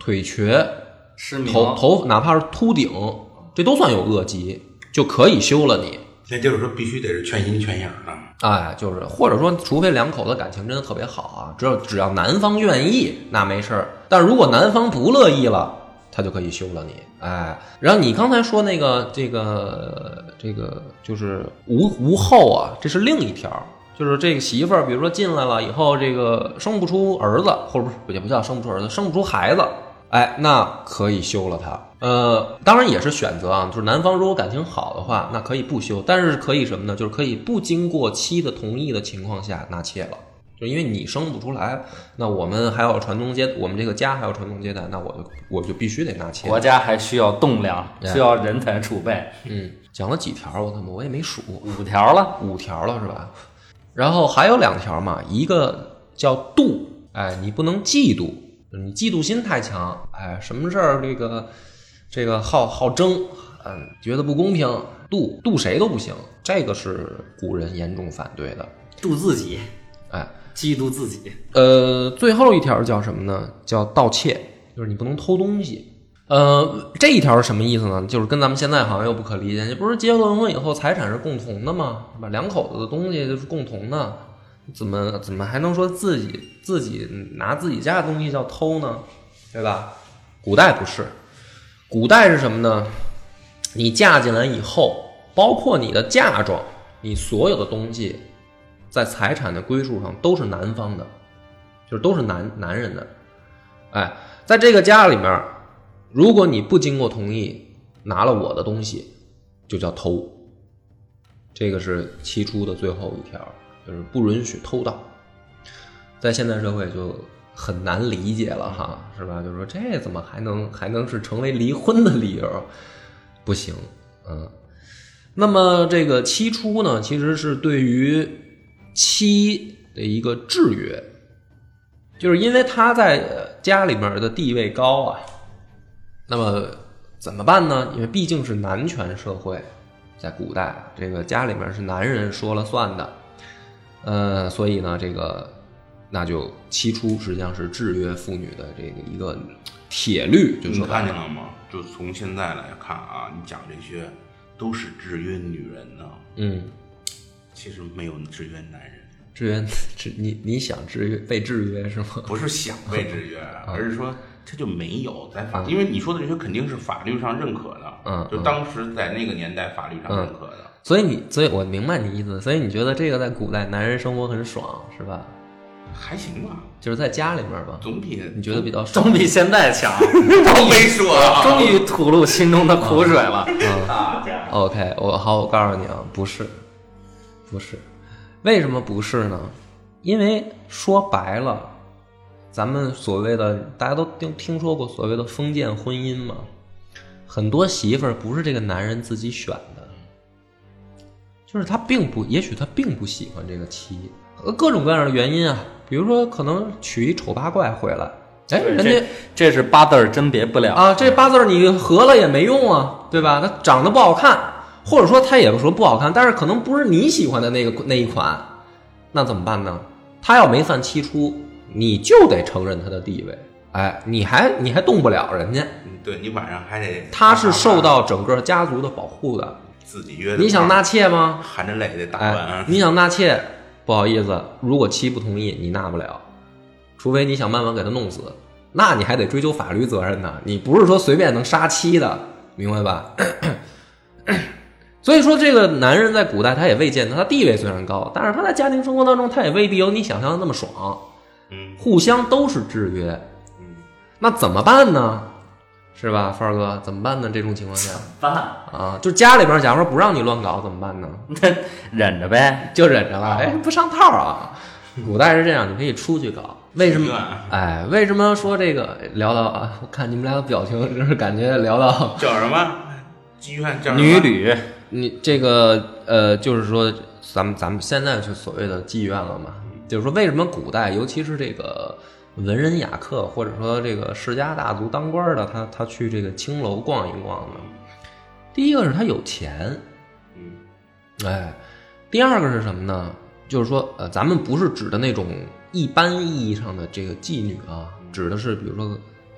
腿瘸、 失明、 头头哪怕是秃顶，这都算有恶疾，就可以休了你。 那就是说必须得是全心全影的。 哎，就是或者说，除非两口子感情真的特别好啊，只要只要男方愿意，那没事儿。但如果男方不乐意了，他就可以休了你。哎，然后你刚才说那个这个这个就是无无后啊，这是另一条，就是这个媳妇儿，比如说进来了以后，这个生不出儿子，或者不是也不叫生不出儿子，生不出孩子，哎，那可以休了他。呃，当然也是选择啊，就是男方如果感情好的话，那可以不休，但是可以什么呢？就是可以不经过妻的同意的情况下纳妾了。就因为你生不出来，那我们还要传宗接，我们这个家还要传宗接代，那我就我就必须得纳妾。 国家还需要栋梁，需要人才储备。 嗯，讲了几条？我他妈我也没数， 五条了， 五条了是吧？然后还有两条嘛，一个叫妒，哎，你不能嫉妒，你嫉妒心太强，哎，什么事儿这个这个好好争，嗯，觉得不公平，妒妒谁都不行，这个是古人严重反对的。 妒自己， 哎， 嫉妒自己。 呃，最后一条叫什么呢？叫盗窃，就是你不能偷东西。呃，这一条是什么意思呢？就是跟咱们现在好像又不可理解，你不是结了婚以后财产是共同的吗？是吧？两口子的东西就是共同的，怎么怎么还能说自己自己拿自己家的东西叫偷呢？对吧？古代不是，古代是什么呢？你嫁进来以后，包括你的嫁妆，你所有的东西，在财产的归属上都是男方的，就是都是男男人的。哎，在这个家里面，如果你不经过同意拿了我的东西，就叫偷。这个是起初的最后一条，就是不允许偷盗。在现代社会就很难理解了哈，是吧？就是说这怎么还能还能是成为离婚的理由？不行，嗯。那么这个期初呢，其实是对于妻的一个制约，就是因为他在家里面的地位高啊，那么怎么办呢？因为毕竟是男权社会，在古代这个家里面是男人说了算的，呃，所以呢，这个那就期初实际上是制约妇女的这个一个铁律，就是你看见了吗？就从现在来看啊，你讲这些都是制约女人呢。 嗯， 其实没有制约男人。 制约制你你想制约被制约是吗？ 不是想被制约，而是说这就没有在法，嗯、因为你说的这些肯定是法律上认可的，嗯，就当时在那个年代法律上认可的。嗯、 所以你，所以我明白你意思，所以你觉得这个在古代男人生活很爽是吧？ 还行吧， 就是在家里面吧， 总比你觉得比较爽， 总比现在强。 都没说、啊， 终于吐露心中的苦水了。 嗯啊、OK， 我好，我告诉你啊，不是，不是，为什么不是呢？因为说白了，咱们所谓的大家都听听说过所谓的封建婚姻嘛，很多媳妇儿不是这个男人自己选的，就是他并不，也许他并不喜欢这个妻。各种各样的原因啊，比如说可能娶一丑八怪回来，哎，人家这, 这是八字真别不了啊，这八字你合了也没用啊，对吧？他长得不好看，或者说他也不说不好看，但是可能不是你喜欢的那个那一款，那怎么办呢？他要没犯期初，你就得承认他的地位，哎，你还你还动不了人家， 对你晚上还得， 他是受到整个家族的保护的， 自己约的。 你想纳妾吗？ 含着泪得打完、 哎。你想纳妾？不好意思，如果妻不同意，你纳不了，除非你想办法给他弄死，那你还得追究法律责任呢。你不是说随便能杀妻的，明白吧？所以说，这个男人在古代他也未见得他地位虽然高，但是他在家庭生活当中，他也未必有你想象的那么爽。 嗯， 互相都是制约。 嗯， 那怎么办呢？是吧，范儿哥？怎么办呢？这种情况下， 办啊，就家里边假如说不让你乱搞，怎么办呢？ 忍着呗， 就忍着了。哎，不上套啊！古代是这样，你可以出去搞。为什么？哎，为什么说这个聊到啊？我看你们俩的表情，就是感觉聊到叫什么妓院叫女旅。 你这个呃，就是说咱们咱们现在是所谓的妓院了嘛？就是说为什么古代，尤其是这个文人雅客，或者说这个世家大族当官的，他他去这个青楼逛一逛呢？第一个是他有钱， 嗯， 哎，第二个是什么呢？就是说，呃，咱们不是指的那种一般意义上的这个妓女啊，指的是比如说，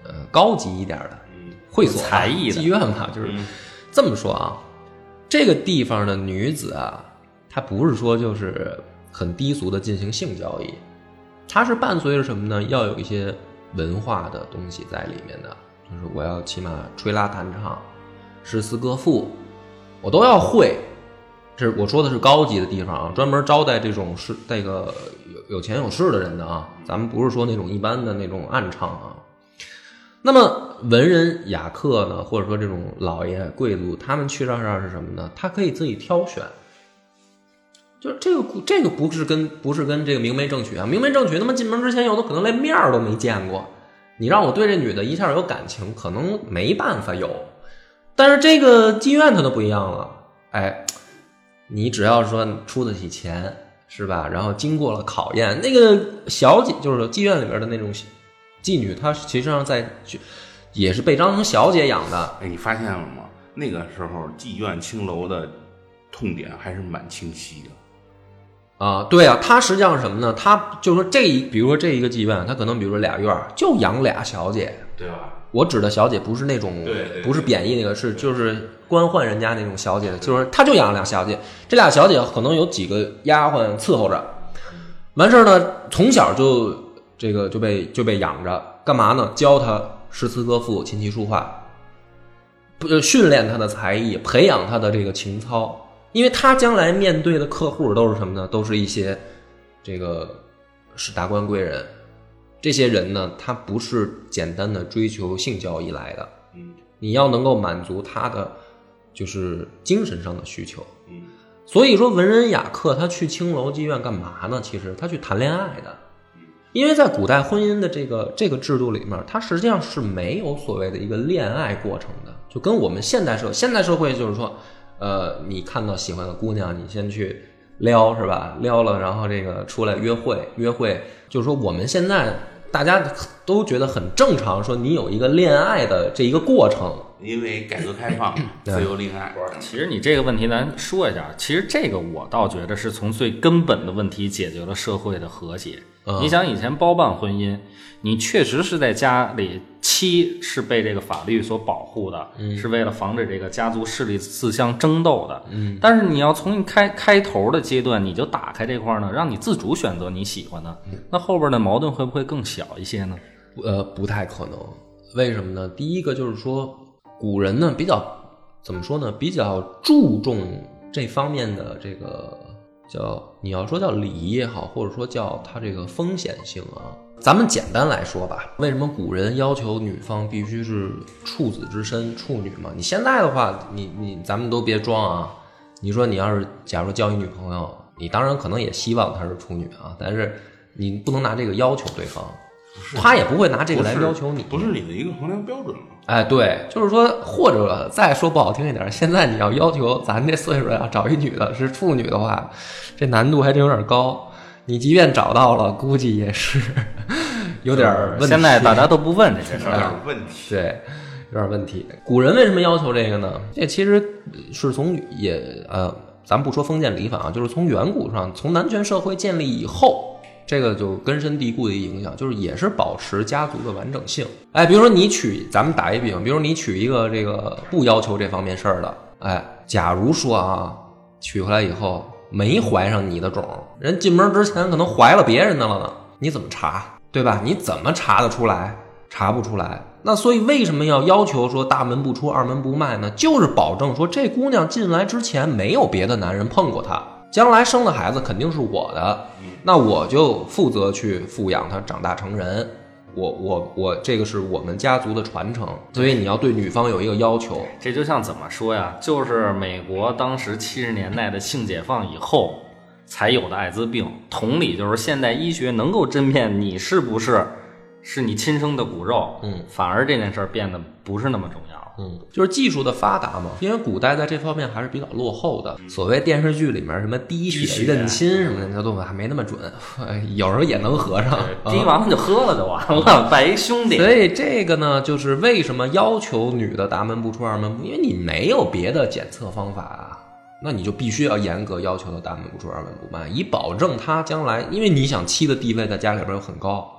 呃高级一点的会所、啊、 才艺的妓院嘛，就是这么说啊。这个地方的女子啊，她不是说就是很低俗的进行性交易，它是伴随着什么呢？要有一些文化的东西在里面的，就是我要起码吹拉弹唱、诗词歌赋，我都要会。这我说的是高级的地方啊，专门招待这种是这个有有钱有势的人的啊，咱们不是说那种一般的那种暗唱啊。那么文人雅客呢，或者说这种老爷贵族，他们去这儿是什么呢？他可以自己挑选。就是这个这个不是跟不是跟这个明媒正娶啊，明媒正娶，那么进门之前有的可能连面都没见过，你让我对这女的一下有感情，可能没办法有。但是这个妓院它就不一样了，哎，你只要说出得起钱，是吧？然后经过了考验，那个小姐就是妓院里边的那种妓女，她其实上在也是被当成小姐养的。 哎，你发现了吗？那个时候妓院青楼的痛点还是蛮清晰的。 啊，对啊，他实际上是什么呢？他就是说这一，比如说这一个妓院，他可能比如说俩院就养俩小姐， 对吧？ 我指的小姐不是那种， 对对对， 不是贬义那个，是就是官宦人家那种小姐，就是他就养俩小姐，这俩小姐可能有几个丫鬟伺候着，完事儿呢，从小就这个就被就被养着，干嘛呢？教他诗词歌赋、琴棋书画，不训练他的才艺，培养他的这个情操。因为他将来面对的客户都是什么呢？都是一些这个是达官贵人，这些人呢，他不是简单的追求性交易来的， 嗯， 你要能够满足他的就是精神上的需求， 嗯， 所以说文人雅客他去青楼妓院干嘛呢？其实他去谈恋爱的，因为在古代婚姻的这个这个制度里面，它实际上是没有所谓的一个恋爱过程的，就跟我们现代社现代社会就是说。呃，你看到喜欢的姑娘，你先去撩是吧？撩了，然后这个出来约会，约会就是说我们现在大家都觉得很正常，说你有一个恋爱的这一个过程， 因为改革开放，自由恋爱。 其实你这个问题咱说一下，其实这个我倒觉得是从最根本的问题解决了社会的和谐。嗯、你想以前包办婚姻，你确实是在家里，妻是被这个法律所保护的，嗯、是为了防止这个家族势力自相争斗的。嗯，但是你要从一开开头的阶段，你就打开这块呢，让你自主选择你喜欢的，嗯、那后边的矛盾会不会更小一些呢？ 呃，不太可能。为什么呢？第一个就是说，古人呢比较怎么说呢？比较注重这方面的这个。叫你要说叫礼仪也好，或者说叫它这个风险性啊，咱们简单来说吧，为什么古人要求女方必须是处子之身，处女嘛？你现在的话，你你咱们都别装啊！你说你要是假如交一女朋友，你当然可能也希望她是处女啊，但是你不能拿这个要求对方，他也不会拿这个来要求你， 不是你的一个衡量标准吗？ 哎，对，就是说，或者再说不好听一点，现在你要要求咱这岁数要找一女的是处女的话，这难度还真有点高。你即便找到了，估计也是有点问题。 现在大家都不问这些事儿， 有点问题。 对，有点问题。古人为什么要求这个呢？这其实是从也呃，咱不说封建礼法啊，就是从远古上，从男权社会建立以后。这个就根深蒂固的影响，就是也是保持家族的完整性。哎，比如说你娶，咱们打一比方，比如说你娶一个这个不要求这方面事儿的，哎，假如说啊，娶回来以后没怀上你的种，人进门之前可能怀了别人的了呢，你怎么查？对吧？你怎么查得出来？查不出来。那所以为什么要要求说大门不出二门不迈呢？就是保证说这姑娘进来之前没有别的男人碰过她，将来生的孩子肯定是我的。那我就负责去抚养他长大成人，我我我这个是我们家族的传承，所以你要对女方有一个要求。 这就像怎么说呀？就是美国当时七十年代的性解放以后才有的艾滋病，同理就是现代医学能够甄别你是不是是你亲生的骨肉，嗯，反而这件事儿变得不是那么重要。 嗯，就是技术的发达嘛，因为古代在这方面还是比较落后的。所谓电视剧里面什么滴血认亲什么的，那都还没那么准，有时候也能合上， 滴完了就喝了就完了，拜一兄弟。 所以这个呢，就是为什么要求女的大门不出二门不，因为你没有别的检测方法啊，那你就必须要严格要求她大门不出二门不迈，以保证她将来，因为你想妻的地位在家里边又很高。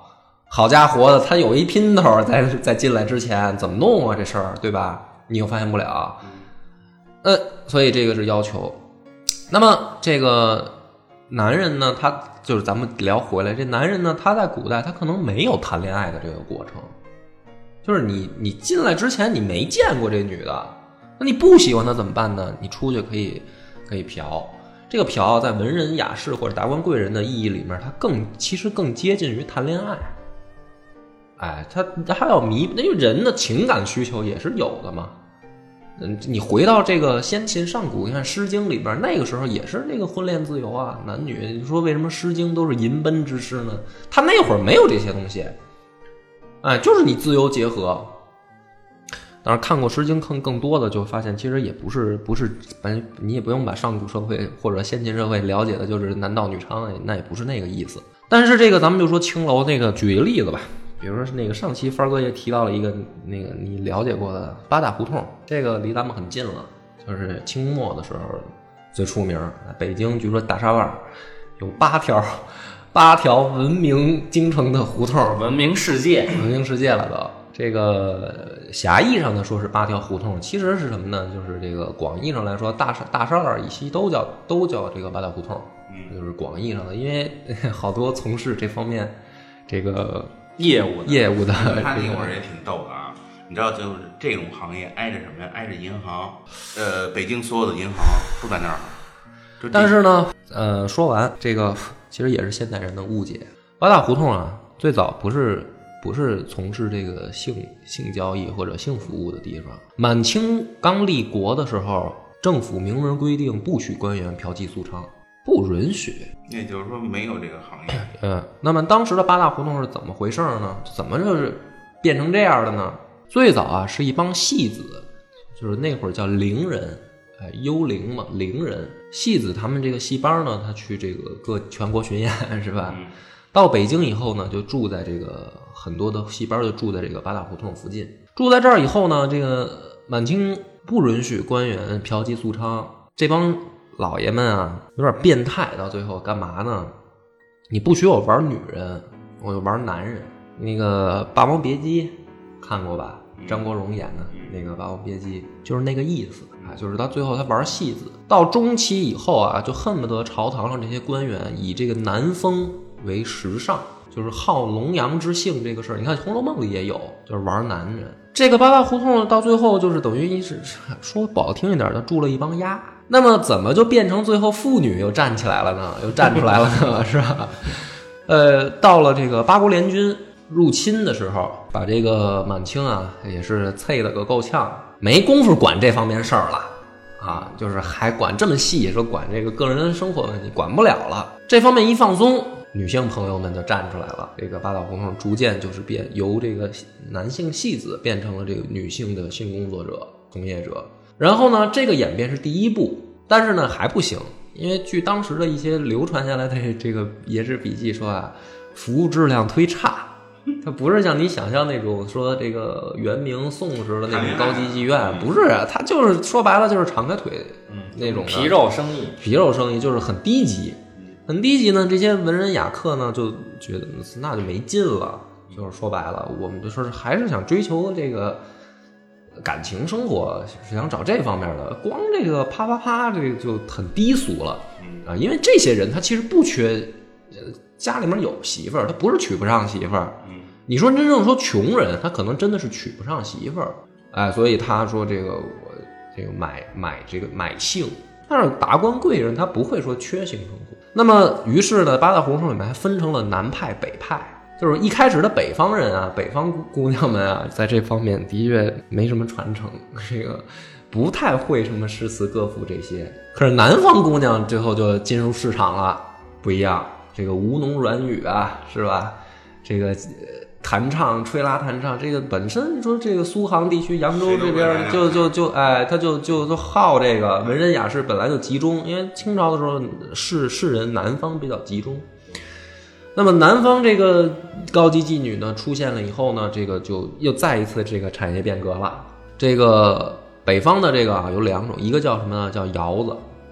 好家伙的，他有一姘头在在进来之前怎么弄啊？这事儿对吧？你又发现不了，呃，所以这个是要求。那么这个男人呢，他就是咱们聊回来，这男人呢，他在古代他可能没有谈恋爱的这个过程，就是你你进来之前你没见过这女的，那你不喜欢她怎么办呢？你出去可以可以嫖。这个嫖在文人雅士或者达官贵人的意义里面，它更其实更接近于谈恋爱。哎，他他要弥，那人的情感需求也是有的嘛。嗯，你回到这个先秦上古，你看《诗经》里边，那个时候也是那个婚恋自由啊，男女。你说为什么《诗经》都是淫奔之诗呢？他那会儿没有这些东西，哎，就是你自由结合。当然，看过《诗经》更更多的就发现，其实也不是不是，你也不用把上古社会或者先秦社会了解的就是男盗女娼，那也不是那个意思。但是这个咱们就说青楼那个，举一个例子吧。比如说是那个上期帆哥也提到了一个那个你了解过的八大胡同，这个离咱们很近了，就是清末的时候最出名。北京据说大沙湾有八条八条闻名京城的胡同， 闻名世界， 闻名世界了都。这个狭义上的说是八条胡同，其实是什么呢？就是这个广义上来说，大大沙湾以西都叫都叫这个八大胡同，就是广义上的，因为好多从事这方面这个。 业务的业务的， 他那会儿也挺逗的啊！你知道，就是这种行业挨着什么呀？挨着银行。呃，北京所有的银行都在那儿。 但是呢，呃，说完这个，其实也是现代人的误解。八大胡同啊，最早不是不是从事这个性性交易或者性服务的地方。满清刚立国的时候，政府明文规定不许官员嫖妓宿娼，不允许。 也就是说没有这个行业。 嗯，那么当时的八大胡同是怎么回事呢？怎么就是变成这样的呢？最早啊是一帮戏子，就是那会儿叫伶人，哎，幽灵嘛，伶人戏子，他们这个戏班呢，他去这个各全国巡演是吧？嗯、到北京以后呢，就住在这个很多的戏班就住在这个八大胡同附近。住在这儿以后呢，这个满清不允许官员嫖妓宿娼，这帮老爷们啊，有点变态，到最后干嘛呢？你不许我玩女人，我就玩男人。那个《霸王别姬》看过吧？张国荣演的那个《霸王别姬》就是那个意思啊，就是到最后他玩戏子。到中期以后啊，就恨不得朝堂上这些官员以这个男风为时尚，就是好龙阳之性这个事儿。你看《红楼梦》里也有，就是玩男人。这个八大胡同到最后就是等于是说不好听一点，就住了一帮鸭。那么怎么就变成最后妇女又站起来了呢？又站出来了呢？是吧？呃，到了这个八国联军入侵的时候，把这个满清啊也是啐了个够呛，没工夫管这方面事儿了啊，就是还管这么细，说管这个个人生活问题管不了了。这方面一放松，女性朋友们就站出来了，这个八大胡同逐渐就是变由这个男性戏子变成了这个女性的性工作者、从业者。然后呢，这个演变是第一步，但是呢还不行，因为据当时的一些流传下来的这个野史笔记说啊，服务质量忒差，它不是像你想象那种说这个元明宋时的那种高级妓院，不是，它就是说白了就是敞开腿那种皮肉生意， 皮肉生意就是很低级，很低级呢。这些文人雅客呢就觉得那就没劲了，就是说白了，我们就说是还是想追求这个。感情生活是想找这方面的，光这个啪啪啪这个就很低俗了啊！因为这些人他其实不缺，家里面有媳妇儿，他不是娶不上媳妇儿。你说真正说穷人，他可能真的是娶不上媳妇儿，哎，所以他说这个我这个买买这个买性，但是达官贵人他不会说缺性生活。那么于是呢，八大胡同里面还分成了南派北派。就是一开始的北方人啊，北方姑娘们啊，在这方面的确没什么传承，这个不太会什么诗词歌赋这些。可是南方姑娘最后就进入市场了，不一样，这个吴侬软语啊，是吧？这个弹唱、吹拉弹唱，这个本身你说这个苏杭地区、扬州这边就就就哎，他就就就好这个文人雅士本来就集中，因为清朝的时候士士人南方比较集中。那么南方这个高级妓女呢出现了以后呢，这个就又再一次这个产业变革了。这个北方的这个啊有两种，一个叫什么呢？叫窑子，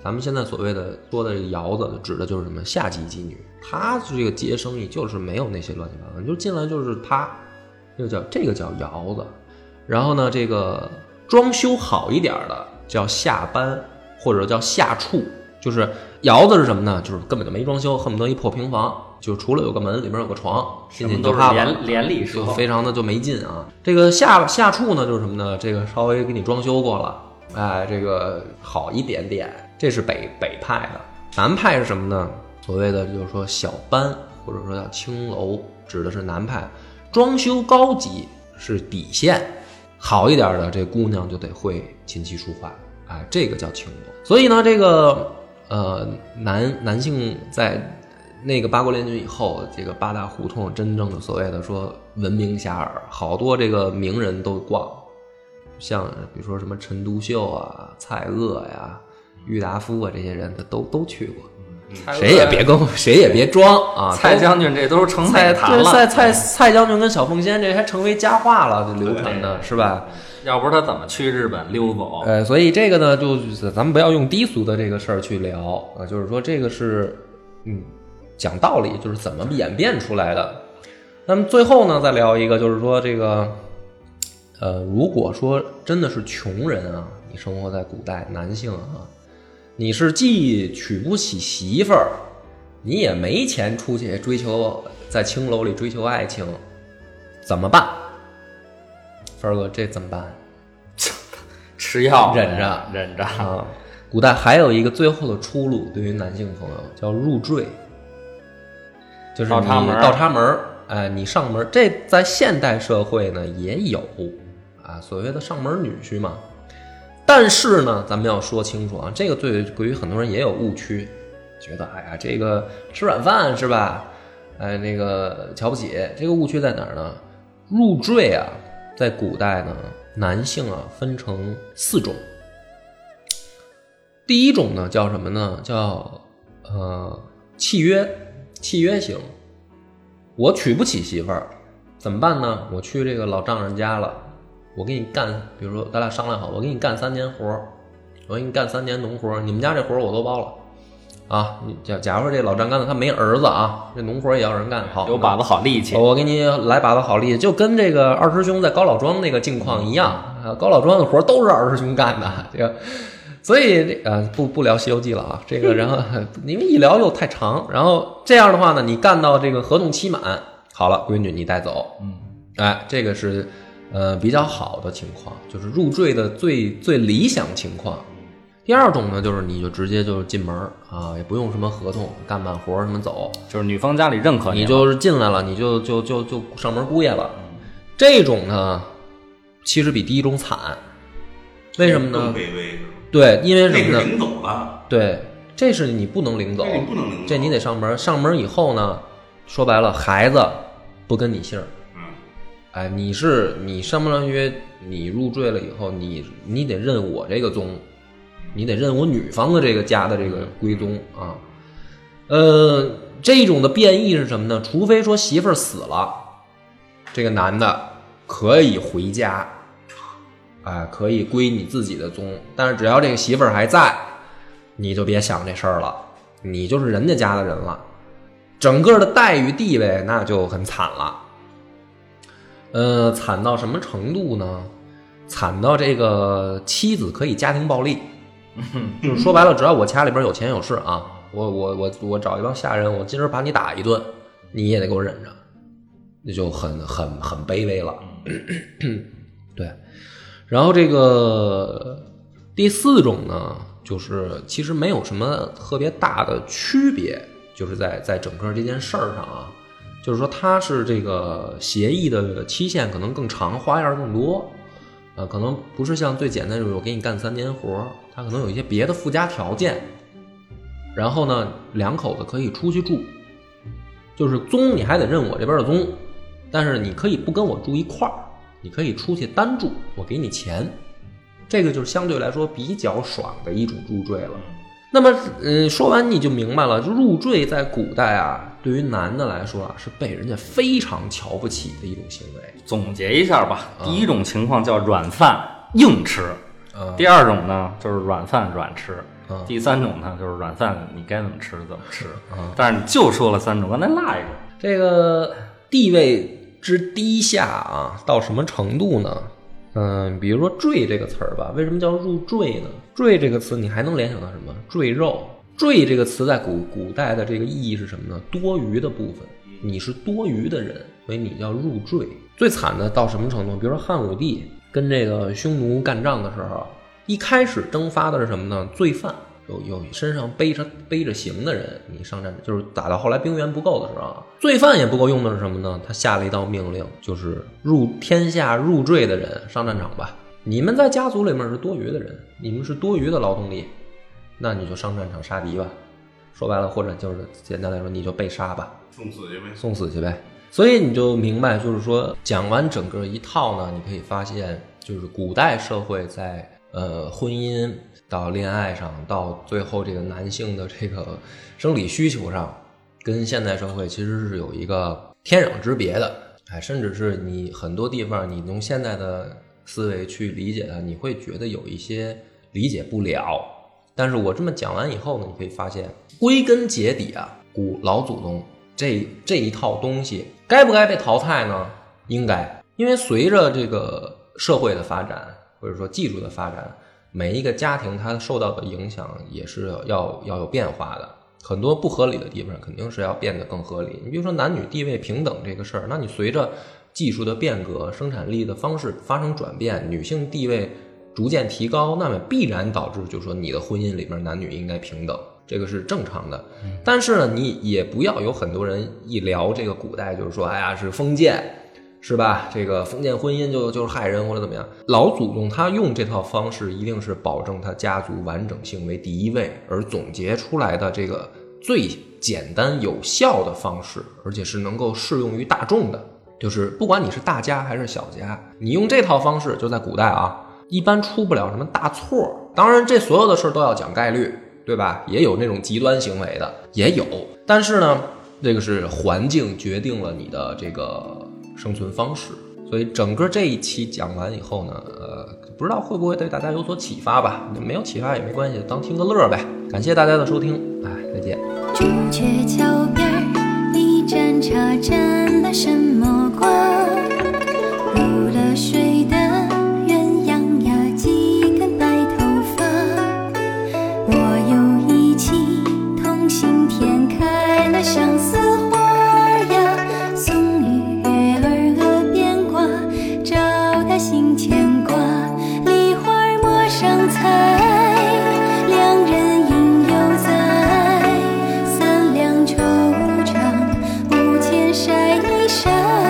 咱们现在所谓的说的这个窑子，指的就是什么下级妓女，她这个接生意就是没有那些乱七八糟，你就进来就是她，这个叫这个叫窑子。然后呢，这个装修好一点的叫下班，或者叫下处。就是窑子是什么呢？就是根本就没装修，恨不得一破平房，就除了有个门，里面有个床，进去都是连连里就非常的就没劲啊。这个下下处呢，就是什么呢？这个稍微给你装修过了，哎，这个好一点点。这是北北派的，南派是什么呢？所谓的就是说小班，或者说叫青楼，指的是南派。装修高级是底线，好一点的这姑娘就得会琴棋书画，哎，这个叫青楼。所以呢，这个。呃，男男性在那个八国联军以后，这个八大胡同真正的所谓的说闻名遐迩，好多这个名人都逛，像比如说什么陈独秀啊、蔡锷呀、郁达夫啊这些人，他都都去过。谁也别跟谁也别装啊！ 蔡将军这都是成美谈了， 蔡蔡蔡将军跟小凤仙这还成为佳话了，这流传的是吧？ 要不是他怎么去日本溜走？ 呃，所以这个呢，就是咱们不要用低俗的这个事儿去聊啊，就是说这个是嗯讲道理，就是怎么演变出来的。那么最后呢，再聊一个，就是说这个呃，如果说真的是穷人啊，你生活在古代，男性啊，你是既娶不起媳妇儿，你也没钱出去追求，在青楼里追求爱情，怎么办？分儿哥，这怎么办？ 吃药， 忍着， 忍着啊！古代还有一个最后的出路，对于男性朋友叫入赘，就是你倒插门， 倒插门，哎，你上门。这在现代社会呢也有啊，所谓的上门女婿嘛。但是呢，咱们要说清楚啊，这个对对于很多人也有误区，觉得哎呀，这个吃软饭是吧？哎，那个瞧不起。这个误区在哪儿呢？入赘啊，在古代呢，男性啊分成四种。第一种呢叫什么呢？叫呃契约，契约型。我娶不起媳妇儿，怎么办呢？我去这个老丈人家了，我给你干，比如说咱俩商量好，我给你干三年活，我给你干三年农活，你们家这活我都包了。啊，你假假如说这老丈杆子他没儿子啊，这农活也要人干，好， 有把子好力气， 我给你来把子好力气，就跟这个二师兄在高老庄那个境况一样啊，高老庄的活都是二师兄干的，这个，所以呃不不聊《西游记》了啊，这个然后因为一聊又太长，然后这样的话呢，你干到这个合同期满，好了，闺女你带走，嗯，哎，这个是呃比较好的情况，就是入赘的最最理想情况。第二种呢，就是你就直接就进门啊，也不用什么合同，干满活什么走， 就是女方家里认可你， 你就是进来了，你就就就就上门姑爷了。这种呢，其实比第一种惨，为什么呢？ 更卑微。 对，因为什么呢？ 那是领走了。 对，这是你不能领走， 你不能领走， 这你得上门。上门以后呢，说白了，孩子不跟你姓。 嗯， 哎，你是你相当于你入赘了以后，你你得认我这个宗。你得认我女方的这个家的这个归宗啊，呃，这种的变异是什么呢？除非说媳妇儿死了，这个男的可以回家，哎，可以归你自己的宗，但是只要这个媳妇儿还在，你就别想这事儿了，你就是人家家的人了，整个的待遇地位那就很惨了，呃，惨到什么程度呢？惨到这个妻子可以家庭暴力。就是说白了，只要我家里边有钱有势啊，我我我我找一帮下人，我今儿把你打一顿，你也得给我忍着，那就很很很卑微了。对，然后这个第四种呢，就是其实没有什么特别大的区别，就是在在整个这件事儿上啊，就是说它是这个协议的期限可能更长，花样更多。呃，可能不是像最简单的我给你干三年活，他可能有一些别的附加条件。然后呢，两口子可以出去住，就是宗你还得认我这边的宗，但是你可以不跟我住一块儿，你可以出去单住，我给你钱。这个就是相对来说比较爽的一种入赘了。那么，嗯，说完你就明白了，入赘在古代啊，对于男的来说啊，是被人家非常瞧不起的一种行为。 总结一下吧，第一种情况叫软饭硬吃， 嗯、 第二种呢就是软饭软吃， 嗯、 第三种呢就是软饭你该怎么吃怎么吃， 嗯、 但是你就说了三种，刚才落一个。 这个地位之低下啊，到什么程度呢？嗯，比如说坠这个词儿吧，为什么叫入赘呢？坠这个词你还能联想到什么？赘肉。赘这个词在古古代的这个意义是什么呢？多余的部分，你是多余的人，所以你叫入赘。最惨的到什么程度？比如说汉武帝跟这个匈奴干仗的时候，一开始征发的是什么呢？罪犯，有有身上背着背着刑的人，你上战就是打到后来兵源不够的时候啊，罪犯也不够用的是什么呢？他下了一道命令，就是入天下入赘的人上战场吧。你们在家族里面是多余的人，你们是多余的劳动力，那你就上战场杀敌吧。说白了，或者就是简单来说，你就被杀吧， 送死去呗， 送死去呗。所以你就明白，就是说讲完整个一套呢，你可以发现，就是古代社会在呃婚姻到恋爱上，到最后这个男性的这个生理需求上，跟现代社会其实是有一个天壤之别的。哎，甚至是你很多地方，你用现在的思维去理解它，你会觉得有一些理解不了。但是我这么讲完以后呢，你可以发现，归根结底啊，古老祖宗这这一套东西该不该被淘汰呢？应该，因为随着这个社会的发展，或者说技术的发展，每一个家庭它受到的影响也是要要有变化的。很多不合理的地方肯定是要变得更合理。你比如说男女地位平等这个事儿，那你随着技术的变革，生产力的方式发生转变，女性地位逐渐提高，那么必然导致就是说你的婚姻里面男女应该平等，这个是正常的。但是呢，你也不要有很多人一聊这个古代就是说，哎呀是封建，是吧？这个封建婚姻就就是害人或者怎么样。老祖宗他用这套方式一定是保证他家族完整性为第一位，而总结出来的这个最简单有效的方式，而且是能够适用于大众的，就是不管你是大家还是小家，你用这套方式就在古代啊，一般出不了什么大错。当然这所有的事都要讲概率，对吧？也有那种极端行为的，也有。但是呢，这个是环境决定了你的这个生存方式。所以整个这一期讲完以后呢，呃，不知道会不会对大家有所启发吧？没有启发也没关系，当听个乐呗。感谢大家的收听，哎，再见。 朱雀桥边一盏茶沾了什么光？入了水的鸳鸯呀，几根白头发。我有一期同心田开了相思花呀，松与月儿额边挂，照他心牵挂。梨花陌上采，两人应犹在，三两惆怅，无钱晒衣衫。